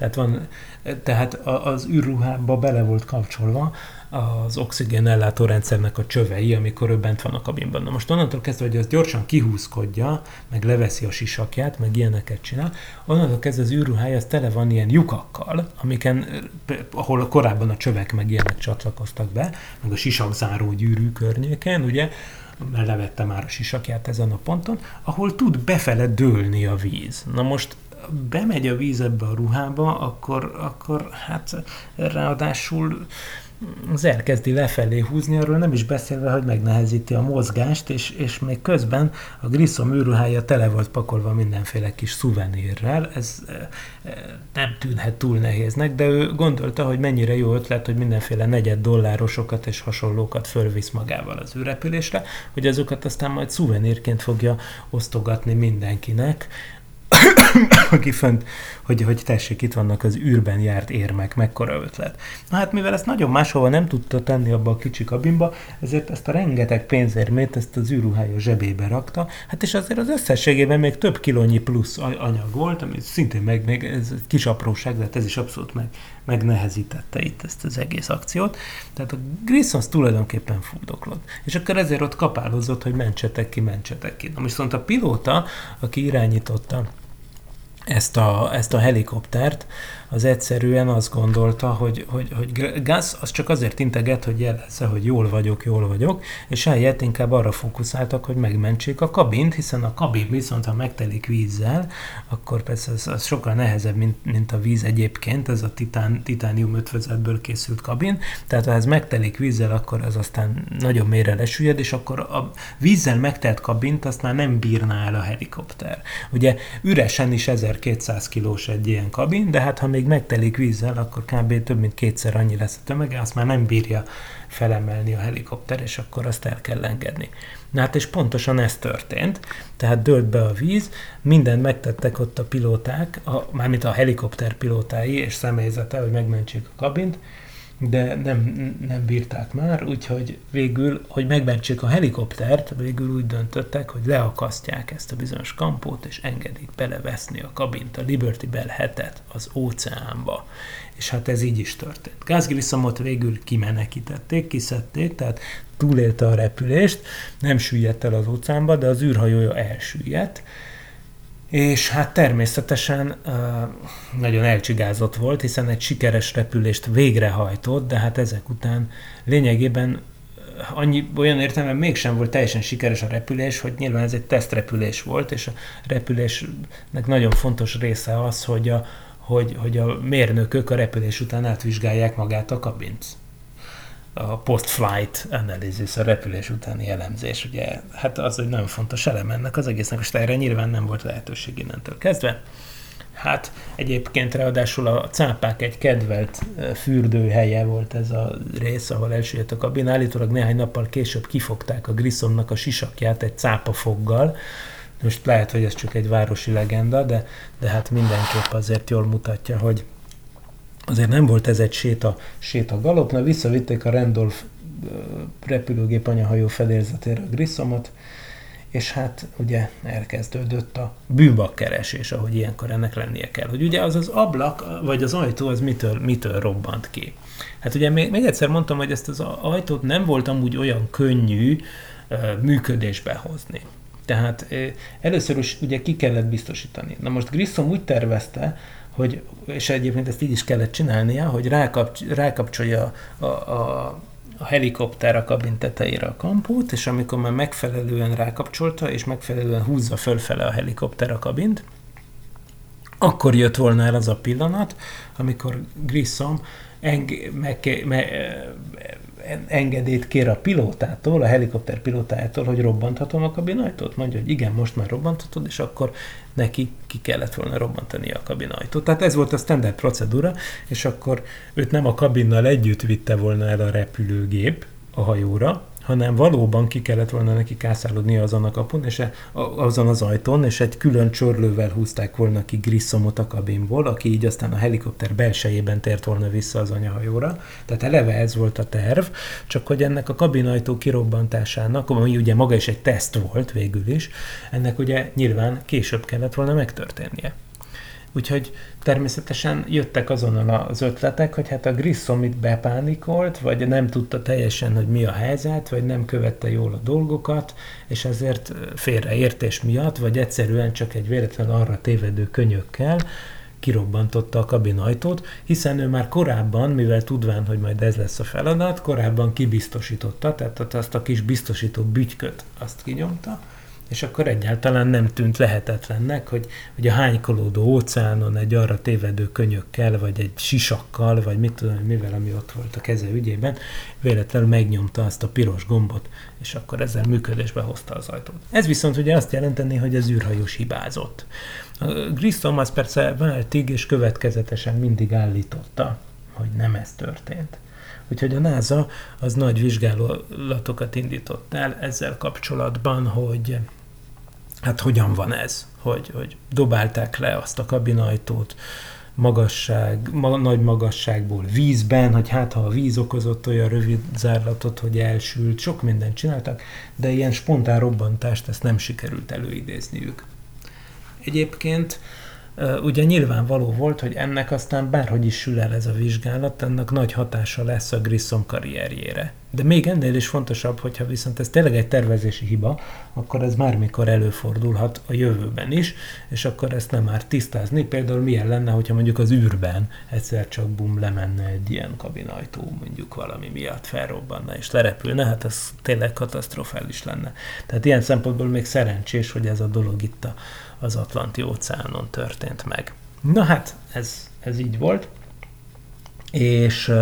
Tehát az űrruhába bele volt kapcsolva az oxigén ellátórendszernek a csövei, amikor ő bent van a kabinban. Na most onnantól kezdve, hogy az gyorsan kihúzkodja, meg leveszi a sisakját, meg ilyeneket csinál, onnantól kezdve az űrruhája az tele van ilyen lyukakkal, ahol korábban a csövek meg ilyenek csatlakoztak be, meg a sisakzáró gyűrű környéken, ugye, mert levette már a sisakját ezen a ponton, ahol tud befele dőlni a víz. Na most bemegy a víz ebbe a ruhába, akkor hát ráadásul az elkezdi lefelé húzni, arról nem is beszélve, hogy megnehezíti a mozgást, és még közben a Grissom űrruhája tele volt pakolva mindenféle kis szuvenírrel. Ez nem tűnhet túl nehéznek, de ő gondolta, hogy mennyire jó ötlet, hogy mindenféle $4 és hasonlókat fölvisz magával az űrrepülésre, hogy azokat aztán majd szuvenírként fogja osztogatni mindenkinek, aki fönt, hogy tessék, itt vannak az űrben járt érmek, mekkora ötlet. Na hát mivel ezt nagyon máshova nem tudta tenni abba a kicsi kabinba, ezért ezt a rengeteg pénzérmét ezt az űrruhája zsebébe rakta, hát és azért az összességében még több kilónyi plusz anyag volt, ami szintén még ez egy kis apróság, de hát ez is abszolút megnehezítette itt ezt az egész akciót. Tehát a Grissom tulajdonképpen fuldoklott. És akkor ezért ott kapálozott, hogy mentsetek ki. Na viszont a pilóta, aki irányította ezt a helikoptert, az egyszerűen azt gondolta, hogy Gus az csak azért integet, hogy jelezze, hogy jól vagyok, és ehelyett inkább arra fókuszáltak, hogy megmentsék a kabint, hiszen a kabin viszont, ha megtelik vízzel, akkor persze az sokkal nehezebb, mint a víz egyébként, ez a titánium ötvözetből készült kabin, tehát ha ez megtelik vízzel, akkor az aztán nagyon mélyre lesüllyed, és akkor a vízzel megtelt kabint azt már nem bírná el a helikopter. Ugye üresen is 1200 kilós egy ilyen kabin, de hát ha még megtelik vízzel, akkor kb. Több mint 2-szer annyi lesz a tömege, azt már nem bírja felemelni a helikopter, és akkor azt el kell engedni. Na hát és pontosan ez történt, tehát dőlt be a víz, mindent megtettek ott a pilóták, mármint a helikopter pilótái és személyzete, hogy megmentsék a kabint, de nem bírták már, úgyhogy végül, hogy megmentsék a helikoptert, végül úgy döntöttek, hogy leakasztják ezt a bizonyos kampót, és engedik beleveszni a kabint, a Liberty Bell 7-et az óceánba. És hát ez így is történt. Gus Grissomot végül kimenekítették, kiszedték, tehát túlélte a repülést, nem süllyedt el az óceánba, de az űrhajója elsüllyedt, és hát természetesen nagyon elcsigázott volt, hiszen egy sikeres repülést végrehajtott, de hát ezek után lényegében olyan értelemben mégsem volt teljesen sikeres a repülés, hogy nyilván ez egy tesztrepülés volt, és a repülésnek nagyon fontos része az, hogy a mérnökök a repülés után átvizsgálják magát a kabint. A post-flight analysis, a repülés utáni elemzés, ugye, hát az egy nagyon fontos elem ennek az egésznek, és erre nyilván nem volt lehetőség innentől kezdve. Hát egyébként ráadásul a cápák egy kedvelt fürdőhelye volt ez a rész, ahol elsüllyedt a kabin. Állítólag néhány nappal később kifogták a Grissomnak a sisakját egy cápafoggal. Most lehet, hogy ez csak egy városi legenda, de hát mindenképp azért jól mutatja, hogy azért nem volt ez egy séta galopna, visszavitték a Randolph repülőgép anyahajó fedélzetére a Grissomot, és hát ugye elkezdődött a bűnbakkeresés, ahogy ilyenkor ennek lennie kell. Hogy ugye az ablak, vagy az ajtó, az mitől robbant ki. Hát ugye még egyszer mondtam, hogy ezt az ajtót nem volt amúgy olyan könnyű működésbe hozni. Tehát először is ugye ki kellett biztosítani. Na most Grissom úgy tervezte, és egyébként ezt így is kellett csinálnia, hogy rákapcsolja a helikopter a kabin tetejére a kampót, és amikor már megfelelően rákapcsolta, és megfelelően húzza fölfele a helikopter a kabint, akkor jött volna el az a pillanat, amikor Grissom engedélyt kér a pilótától, a helikopter pilótájától, hogy robbanthatom a kabinajtót. Mondja, hogy igen, most már robbanthatod, és akkor neki ki kellett volna robbantani a kabinajtót. Tehát ez volt a standard procedúra, és akkor őt nem a kabinnal együtt vitte volna el a repülőgép a hajóra, hanem valóban ki kellett volna neki kászálódnia azon a kapun, és azon az ajtón, és egy külön csorlővel húzták volna ki Grissomot a kabinból, aki így aztán a helikopter belsejében tért volna vissza az anyahajóra. Tehát eleve ez volt a terv, csak hogy ennek a kabinajtó kirobbantásának, ami ugye maga is egy teszt volt végül is, ennek ugye nyilván később kellett volna megtörténnie. Úgyhogy természetesen jöttek azonnal az ötletek, hogy hát a Grissom itt bepánikolt, vagy nem tudta teljesen, hogy mi a helyzet, vagy nem követte jól a dolgokat, és ezért félreértés miatt, vagy egyszerűen csak egy véletlen arra tévedő könyökkel kirobbantotta a kabinajtót, hiszen ő már korábban, mivel tudván, hogy majd ez lesz a feladat, korábban kibiztosította, tehát azt a kis biztosító bütyköt azt kinyomta, és akkor egyáltalán nem tűnt lehetetlennek, hogy a hánykolódó óceánon egy arra tévedő könyökkel, vagy egy sisakkal, vagy mit tudom, mivel, ami ott volt a keze ügyében, véletlenül megnyomta azt a piros gombot, és akkor ezzel működésbe hozta az ajtót. Ez viszont ugye azt jelenteni, hogy az űrhajós hibázott. A Grissom az persze váltig és következetesen mindig állította, hogy nem ez történt. Úgyhogy a NASA az nagy vizsgálatokat indított el ezzel kapcsolatban, hogy hát hogyan van ez, hogy dobálták le azt a kabinajtót nagy magasságból vízben, hogy hát ha a víz okozott olyan rövid zárlatot, hogy elsült, sok mindent csináltak, de ilyen spontán robbantást ezt nem sikerült előidézniük. Egyébként ugye nyilvánvaló volt, hogy ennek aztán bárhogy is sül el ez a vizsgálat, ennek nagy hatása lesz a Grissom karrierjére. De még ennél is fontosabb, hogyha viszont ez tényleg egy tervezési hiba, akkor ez bármikor előfordulhat a jövőben is, és akkor ezt nem árt tisztázni. Például milyen lenne, hogyha mondjuk az űrben egyszer csak lemenne egy ilyen kabinajtó, mondjuk valami miatt felrobbanna és lerepülne, hát ez tényleg katasztrofális lenne. Tehát ilyen szempontból még szerencsés, hogy ez a dolog itt az Atlanti-óceánon történt meg. Na hát, ez így volt, és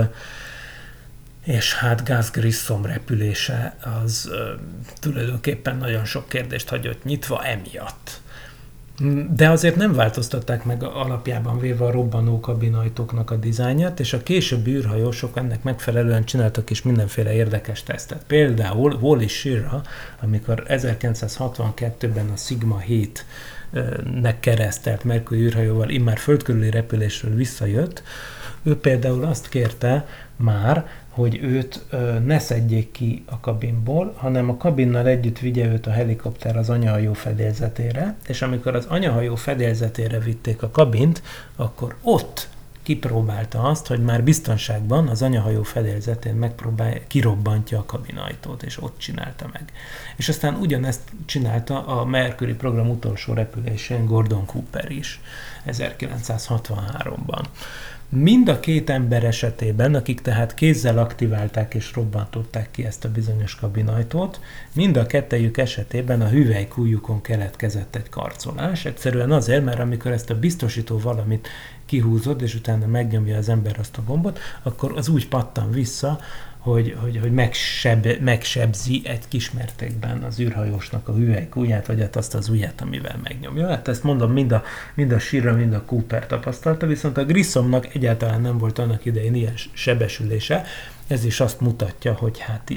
hát Gus Grissom repülése az tulajdonképpen nagyon sok kérdést hagyott nyitva emiatt. De azért nem változtatták meg alapjában véve a robbanó kabinajtóknak a dizájnját, és a későbbi űrhajósok ennek megfelelően csináltak is mindenféle érdekes tesztet. Például Wally Schirra, amikor 1962-ben a Sigma 7-nek keresztelt Mercury űrhajóval immár földkörüli repülésről visszajött, ő például azt kérte már, hogy őt ne szedjék ki a kabinból, hanem a kabinnal együtt vigye őt a helikopter az anyahajó fedélzetére, és amikor az anyahajó fedélzetére vitték a kabint, akkor ott kipróbálta azt, hogy már biztonságban az anyahajó fedélzetén kirobbantja a kabinajtót, és ott csinálta meg. És aztán ugyanezt csinálta a Mercury program utolsó repülésén Gordon Cooper is, 1963-ban. Mind a két ember esetében, akik tehát kézzel aktiválták és robbantották ki ezt a bizonyos kabinajtót, mind a kettejük esetében a hüvelykujjukon keletkezett egy karcolás. Egyszerűen azért, mert amikor ezt a biztosító valamit kihúzod, és utána megnyomja az ember azt a gombot, akkor az úgy pattan vissza, hogy megsebzi egy kismértékben az űrhajósnak a hüvelykujját, vagy hát azt az ujját, amivel megnyomja. Hát ezt mondom, mind a Schirra, mind a Cooper tapasztalta, viszont a Grissomnak egyáltalán nem volt annak idején ilyen sebesülése. Ez is azt mutatja, hogy hát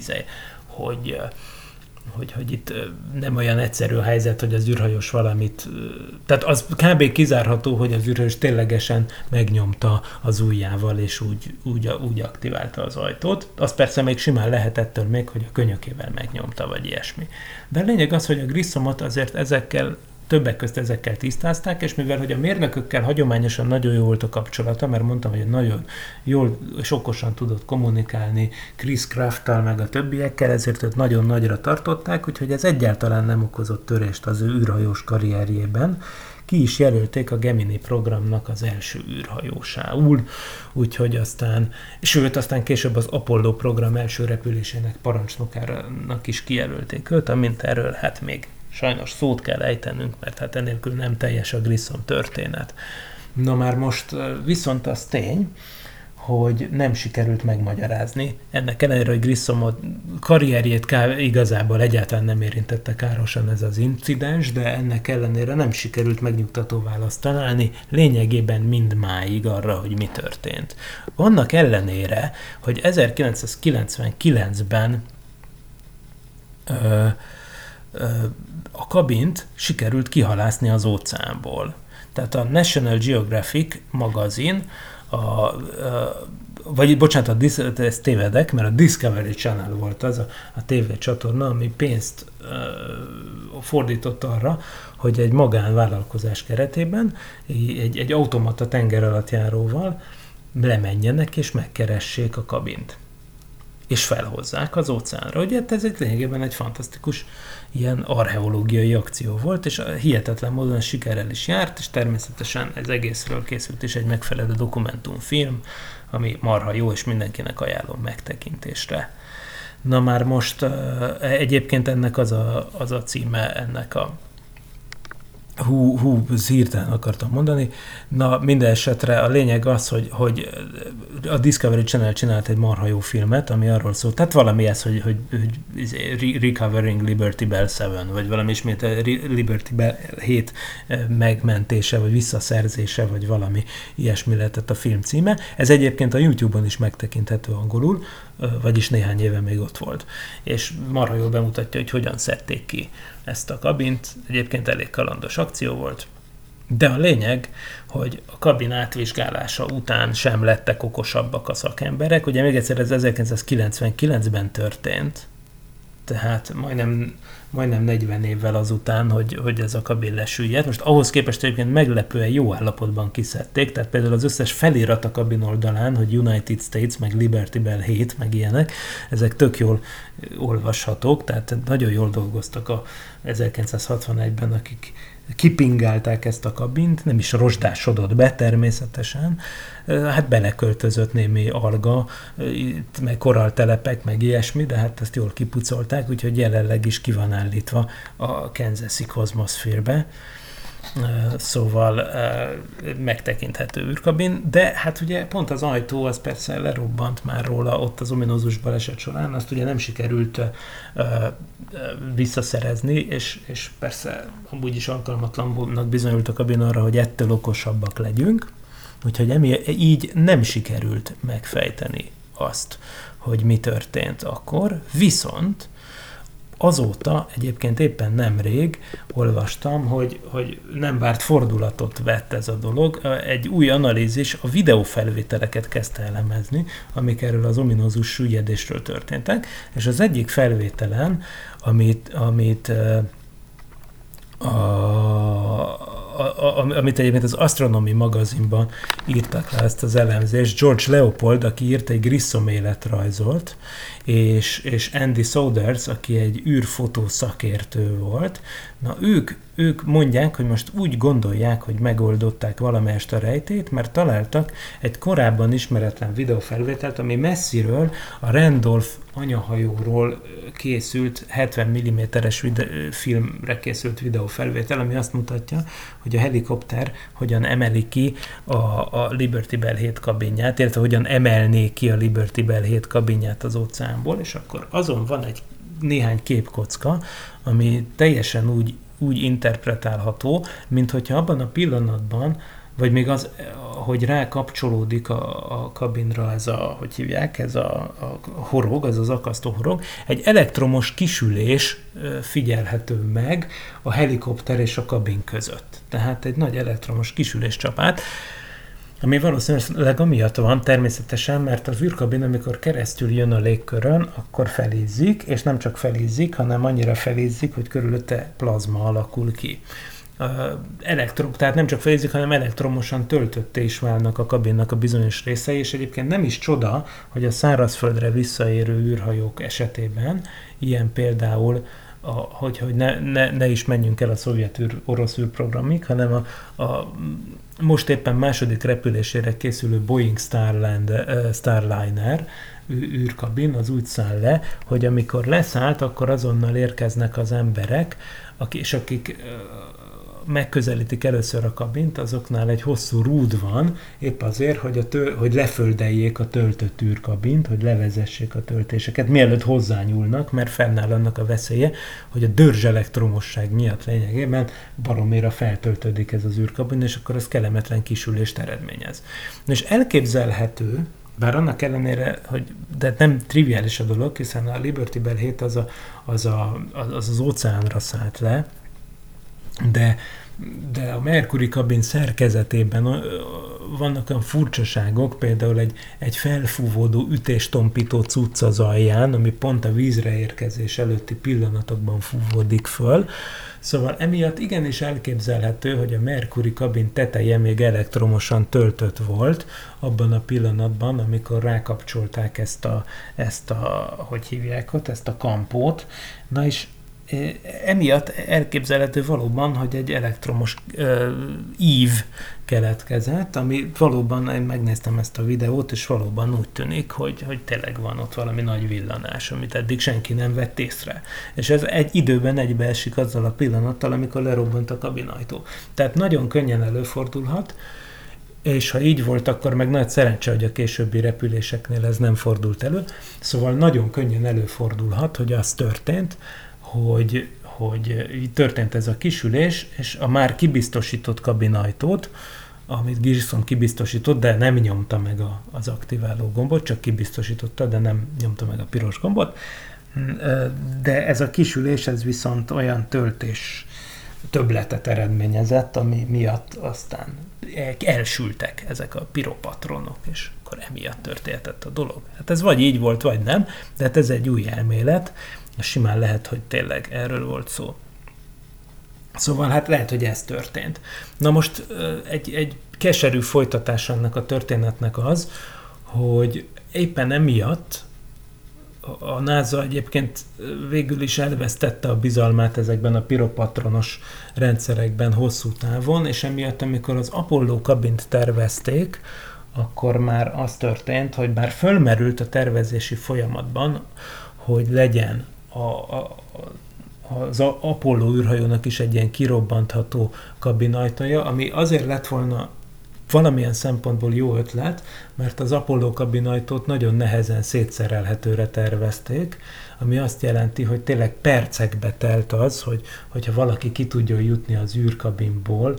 hogy itt nem olyan egyszerű a helyzet, hogy az űrhajós valamit... Tehát az kb. Kizárható, hogy az űrhajós ténylegesen megnyomta az ujjával, és úgy aktiválta az ajtót. Az persze még simán lehet ettől még, hogy a könyökével megnyomta, vagy ilyesmi. De a lényeg az, hogy a Grissomot azért többek közt ezekkel tisztázták, és mivel hogy a mérnökökkel hagyományosan nagyon jó volt a kapcsolata, mert mondtam, hogy nagyon jól és okosan tudott kommunikálni Chris Krafttal meg a többiekkel, ezért őt nagyon nagyra tartották, úgyhogy ez egyáltalán nem okozott törést az ő űrhajós karrierjében. Ki is jelölték a Gemini programnak az első űrhajósául, úgyhogy aztán később az Apollo program első repülésének parancsnokának is kijelölték őt, amint erről hát még sajnos szót kell ejtenünk, mert hát enélkül nem teljes a Grissom történet. Na már most viszont az tény, hogy nem sikerült megmagyarázni. Ennek ellenére, hogy Grissom karrierjét igazából egyáltalán nem érintette károsan ez az incidens, de ennek ellenére nem sikerült megnyugtató választ találni, lényegében mindmáig arra, hogy mi történt. Annak ellenére, hogy 1999-ben a kabint sikerült kihalászni az óceánból. Tehát a National Geographic magazin, ezt tévedek, mert a Discovery Channel volt az a tévécsatorna, ami pénzt fordított arra, hogy egy magánvállalkozás keretében egy automata tengeralattjáróval lemenjenek és megkeressék a kabint. És felhozzák az óceánra. Ugye ez lényegében egy fantasztikus ilyen archeológiai akció volt, és hihetetlen módon sikerrel is járt, és természetesen ez egészről készült is egy megfelelő dokumentumfilm, ami marha jó, és mindenkinek ajánlom megtekintésre. Na már most egyébként ennek az a címe, ennek a hirtelen akartam mondani. Na, minden esetre a lényeg az, hogy a Discovery Channel csinált egy marha jó filmet, ami arról szól, tehát valami ez, hogy Recovering Liberty Bell 7, vagy valami ismét Liberty Bell 7 megmentése, vagy visszaszerzése, vagy valami ilyesmi lehetett a film címe. Ez egyébként a YouTube-on is megtekinthető angolul, vagyis néhány éve még ott volt. És marha jól bemutatja, hogy hogyan szedték ki ezt a kabint. Egyébként elég kalandos akció volt. De a lényeg, hogy a kabin átvizsgálása után sem lettek okosabbak a szakemberek. Ugye még egyszer ez 1999-ben történt, tehát majdnem 40 évvel azután, hogy ez a kabin lesüllyedt. Most ahhoz képest egyébként meglepően jó állapotban kiszedték, tehát például az összes felirat a kabin oldalán, hogy United States, meg Liberty Bell 7, meg ilyenek, ezek tök jól olvashatók, tehát nagyon jól dolgoztak a 1961-ben, akik kipingálták ezt a kabint, nem is rozsdásodott be természetesen, hát beleköltözött némi alga, meg koralltelepek, meg ilyesmi, de hát ezt jól kipucolták, úgyhogy jelenleg is ki van állítva a Kansas-i kozmoszférbe. Szóval megtekinthető űrkabin, de hát ugye pont az ajtó az persze lerobbant már róla ott az ominózus baleset során, azt ugye nem sikerült visszaszerezni, és persze amúgy is alkalmatlannak bizonyult a kabin arra, hogy ettől okosabbak legyünk, úgyhogy így nem sikerült megfejteni azt, hogy mi történt akkor, viszont azóta egyébként éppen nemrég olvastam, hogy nem várt fordulatot vett ez a dolog. Egy új analízis a videófelvételeket kezdte elemezni, amik erről az ominózus süllyedésről történtek, és az egyik felvételen, amit egyébként az Astronomy magazinban írtak le ezt az elemzést. George Leopold, aki írt egy Grissom életrajzolt, és Andy Souders, aki egy űrfotó szakértő volt. Na ők mondják, hogy most úgy gondolják, hogy megoldották valamelyest a rejtét, mert találtak egy korábban ismeretlen videófelvételt, ami messziről a Randolph anyahajóról készült 70 mm-es filmre készült videófelvétel, ami azt mutatja, hogy a helikopter hogyan emeli ki a Liberty Bell 7 kabinját, illetve hogyan emelné ki a Liberty Bell 7 kabinját az óceánból, és akkor azon van egy néhány képkocka, ami teljesen úgy interpretálható, mint hogyha abban a pillanatban, vagy még az, hogy rákapcsolódik a kabinra ez hogy hívják, ez a horog, ez az akasztó horog, egy elektromos kisülés figyelhető meg a helikopter és a kabin között. Tehát egy nagy elektromos kisülés csap át, ami valószínűleg amiatt van természetesen, mert az űrkabin, amikor keresztül jön a légkörön, akkor felizzik, és nem csak felizzik, hanem annyira felizzik, hogy körülötte plazma alakul ki. Tehát nem csak felizzik, hanem elektromosan töltötté is válnak a kabinnak a bizonyos részei, és egyébként nem is csoda, hogy a szárazföldre visszaérő űrhajók esetében, ilyen például hogy ne is menjünk el a szovjet-orosz űrprogramig, hanem a most éppen második repülésére készülő Boeing Starliner űrkabin az úgy száll le, hogy amikor leszállt, akkor azonnal érkeznek az emberek, akik megközelítik először a kabint, azoknál egy hosszú rúd van, épp azért, hogy leföldeljék a töltött űrkabint, hogy levezessék a töltéseket, mielőtt hozzányúlnak, mert fennáll annak a veszélye, hogy a dörzs elektromosság miatt lényegében baromira feltöltődik ez az űrkabin, és akkor az kellemetlen kisülést eredményez. És elképzelhető, bár annak ellenére, de nem triviális a dolog, hiszen a Liberty Bell 7 az óceánra szállt le, de a Mercury kabin szerkezetében vannak olyan furcsaságok, például egy felfúvódó ütéstompító cucc az alján, ami pont a vízre érkezés előtti pillanatokban fúvódik föl. Szóval emiatt igenis elképzelhető, hogy a Mercury kabin teteje még elektromosan töltött volt abban a pillanatban, amikor rákapcsolták ezt a hogy hívják ott, ezt a kampót. Na és emiatt elképzelhető valóban, hogy egy elektromos ív keletkezett, ami valóban, én megnéztem ezt a videót, és valóban úgy tűnik, hogy tényleg van ott valami nagy villanás, amit eddig senki nem vett észre. És ez egy időben egybeesik azzal a pillanattal, amikor lerobbant a kabinajtó. Tehát nagyon könnyen előfordulhat, és ha így volt, akkor meg nagy szerencse, hogy a későbbi repüléseknél ez nem fordult elő. Szóval nagyon könnyen előfordulhat, hogy az történt, hogy történt ez a kisülés, és a már kibiztosított kabinajtót, amit Grissom kibiztosított, de nem nyomta meg az aktiváló gombot, csak kibiztosította, de nem nyomta meg a piros gombot. De ez a kisülés, ez viszont olyan töltés többletet eredményezett, ami miatt aztán elsültek ezek a piropatronok, és akkor emiatt történhetett a dolog. Hát ez vagy így volt, vagy nem, de hát ez egy új elmélet, simán lehet, hogy tényleg erről volt szó. Szóval hát lehet, hogy ez történt. Na most egy keserű folytatás ennek a történetnek az, hogy éppen emiatt a NASA egyébként végül is elvesztette a bizalmát ezekben a piropatronos rendszerekben hosszú távon, és emiatt, amikor az Apollo kabint tervezték, akkor már az történt, hogy bár fölmerült a tervezési folyamatban, hogy legyen az Apollo űrhajónak is egy ilyen kirobbantható kabinajtaja, ami azért lett volna valamilyen szempontból jó ötlet, mert az Apollo kabinajtót nagyon nehezen szétszerelhetőre tervezték, ami azt jelenti, hogy tényleg percekbe telt az, hogyha valaki ki tudjon jutni az űrkabinból,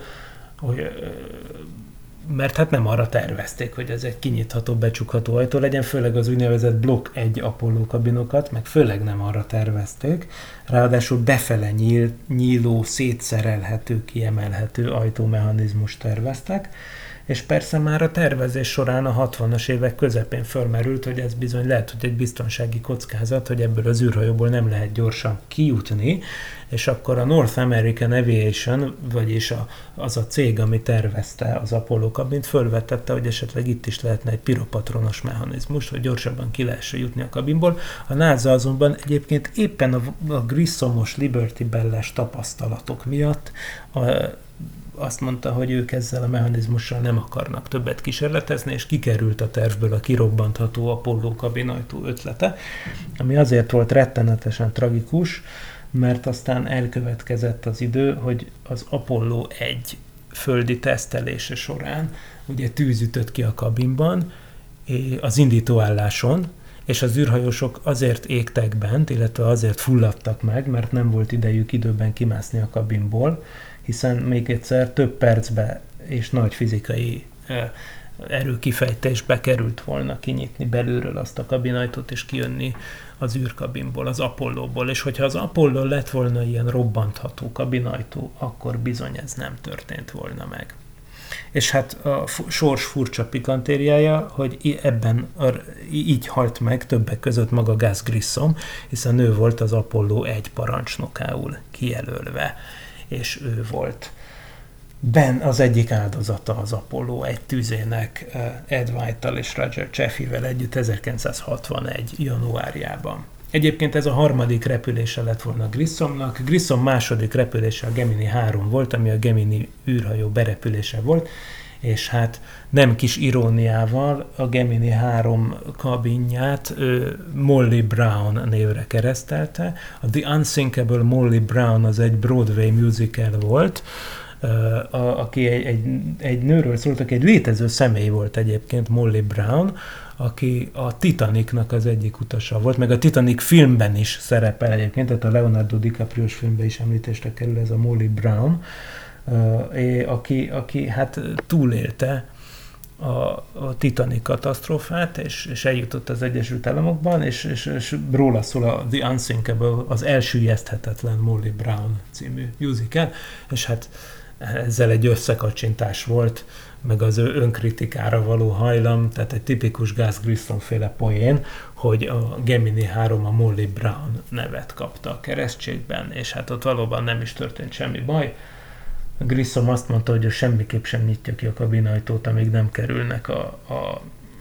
mert hát nem arra tervezték, hogy ez egy kinyitható, becsukható ajtó legyen, főleg az úgynevezett Block 1 Apollo kabinokat, meg főleg nem arra tervezték, ráadásul befele nyíló, szétszerelhető, kiemelhető ajtómechanizmust terveztek, és persze már a tervezés során a 60-as évek közepén fölmerült, hogy ez bizony lehet, hogy egy biztonsági kockázat, hogy ebből az űrhajóból nem lehet gyorsan kijutni, és akkor a North American Aviation, vagyis az a cég, ami tervezte az Apollo kabint, fölvetette, hogy esetleg itt is lehetne egy piropatronos mechanizmus, hogy gyorsabban ki lehessen jutni a kabinból. A NASA azonban egyébként éppen a Grissomos Liberty Bell-es tapasztalatok miatt azt mondta, hogy ők ezzel a mechanizmussal nem akarnak többet kísérletezni, és kikerült a tervből a kirobbantható Apollo kabinajtó ötlete, ami azért volt rettenetesen tragikus, mert aztán elkövetkezett az idő, hogy az Apollo 1 földi tesztelése során ugye tűz ütött ki a kabinban, az indítóálláson, és az űrhajósok azért égtek bent, illetve azért fulladtak meg, mert nem volt idejük időben kimászni a kabinból, hiszen még egyszer több percbe és nagy fizikai erőkifejtésbe került volna kinyitni belülről azt a kabinajtót és kijönni az űrkabinból, az Apollóból, és hogyha az Apollo lett volna ilyen robbantható kabinajtó, akkor bizony ez nem történt volna meg. És hát a sors furcsa pikantériája, hogy ebben így halt meg többek között maga Gus Grissom, hiszen ő volt az Apollo 1 parancsnokául kijelölve, és ő volt az egyik áldozata az Apollo 1 tüzének Ed White-tal és Roger Chaffee-vel együtt 1961. januárjában. Egyébként ez a harmadik repülése lett volna Grissomnak. Grissom második repülése a Gemini 3 volt, ami a Gemini űrhajó berepülése volt, és hát nem kis iróniával a Gemini 3 kabinját Molly Brown névre keresztelte. A The Unsinkable Molly Brown az egy Broadway musical volt, aki egy nőről szólt, aki egy létező személy volt egyébként, Molly Brown, aki a Titanicnak az egyik utasa volt, meg a Titanic filmben is szerepel egyébként, tehát a Leonardo DiCaprio-s filmben is említésre kerül ez a Molly Brown, aki hát túlélte a Titanic katasztrófát, és eljutott az Egyesült Államokban, és róla szól a The Unsinkable, az elsüllyeszthetetlen Molly Brown című musical, és hát ezzel egy összekacsintás volt, meg az ő önkritikára való hajlam, tehát egy tipikus Gus Grissom-féle poén, hogy a Gemini 3 a Molly Brown nevet kapta a keresztségben, és hát ott valóban nem is történt semmi baj. Grissom azt mondta, hogy ő semmiképp sem nyitja ki a kabinajtót, amíg nem kerülnek a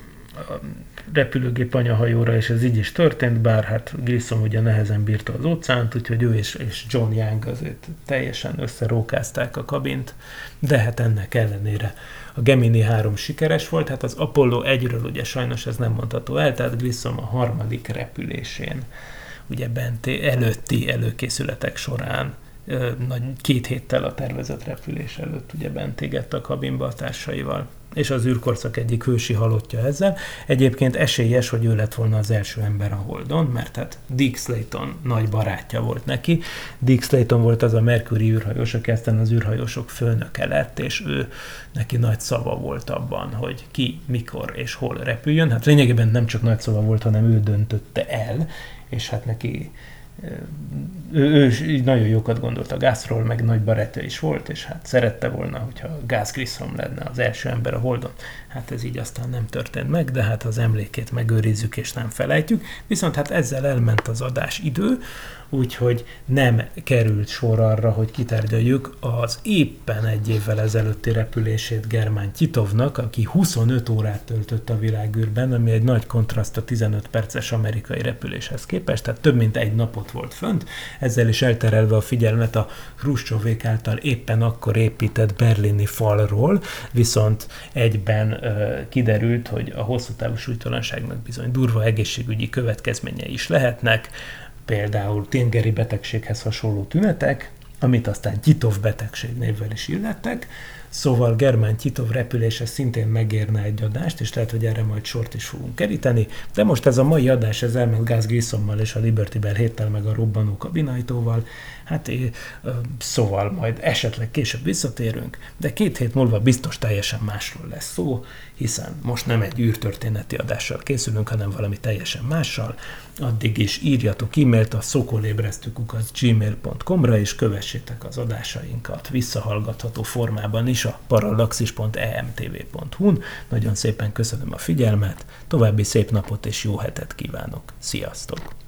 repülőgép anyahajóra, és ez így is történt, bár hát Grissom ugye nehezen bírta az óceánt, úgyhogy ő és John Young azért teljesen összerókázták a kabint, de hát ennek ellenére a Gemini 3 sikeres volt, hát az Apollo 1-ről ugye sajnos ez nem mondható el, tehát Grissom a harmadik repülésén, ugye előtti előkészületek során 2 héttel a tervezett repülés előtt ugye bent égett a kabinba a társaival, és az űrkorszak egyik hősi halottja ezzel. Egyébként esélyes, hogy ő lett volna az első ember a Holdon, mert hát Dick Slayton nagy barátja volt neki. Dick Slayton volt az a Mercury űrhajós, aki aztán az űrhajósok főnöke lett, és neki nagy szava volt abban, hogy ki, mikor és hol repüljön. Hát lényegében nem csak nagy szava volt, hanem ő döntötte el, és hát neki ő nagyon jókat gondolt a Gusról, meg nagy barátja is volt, és hát szerette volna, hogyha Gus Grissom lenne az első ember a Holdon. Hát ez így aztán nem történt meg, de hát az emlékét megőrizzük és nem felejtjük. Viszont hát ezzel elment az adás idő, úgyhogy nem került sor arra, hogy kitárgyaljuk az éppen egy évvel ezelőtti repülését Germán Titovnak, aki 25 órát töltött a világűrben, ami egy nagy kontraszt a 15 perces amerikai repüléshez képest, tehát több mint egy napot volt fönt, ezzel is elterelve a figyelmet a Hruscsovék által éppen akkor épített berlini falról, viszont egyben kiderült, hogy a hosszú távú súlytalanságnak bizony durva egészségügyi következményei is lehetnek, például tengeri betegséghez hasonló tünetek, amit aztán Titov betegség névvel is illettek, szóval Germán Titov repülése szintén megérne egy adást, és lehet, hogy erre majd sort is fogunk keríteni, de most ez a mai adás, ez elment Gus Grissommal és a Liberty Bell 7-tel meg a robbanó kabinajtóval, hát szóval majd esetleg később visszatérünk, de 2 hét múlva biztos teljesen másról lesz szó, hiszen most nem egy űrtörténeti adással készülünk, hanem valami teljesen mással. Addig is írjatok e-mailt a szokolébresztőkukac@gmail.com-ra, és kövessétek az adásainkat visszahallgatható formában is a parallaxis.emtv.hu-n. Nagyon szépen köszönöm a figyelmet, további szép napot és jó hetet kívánok. Sziasztok!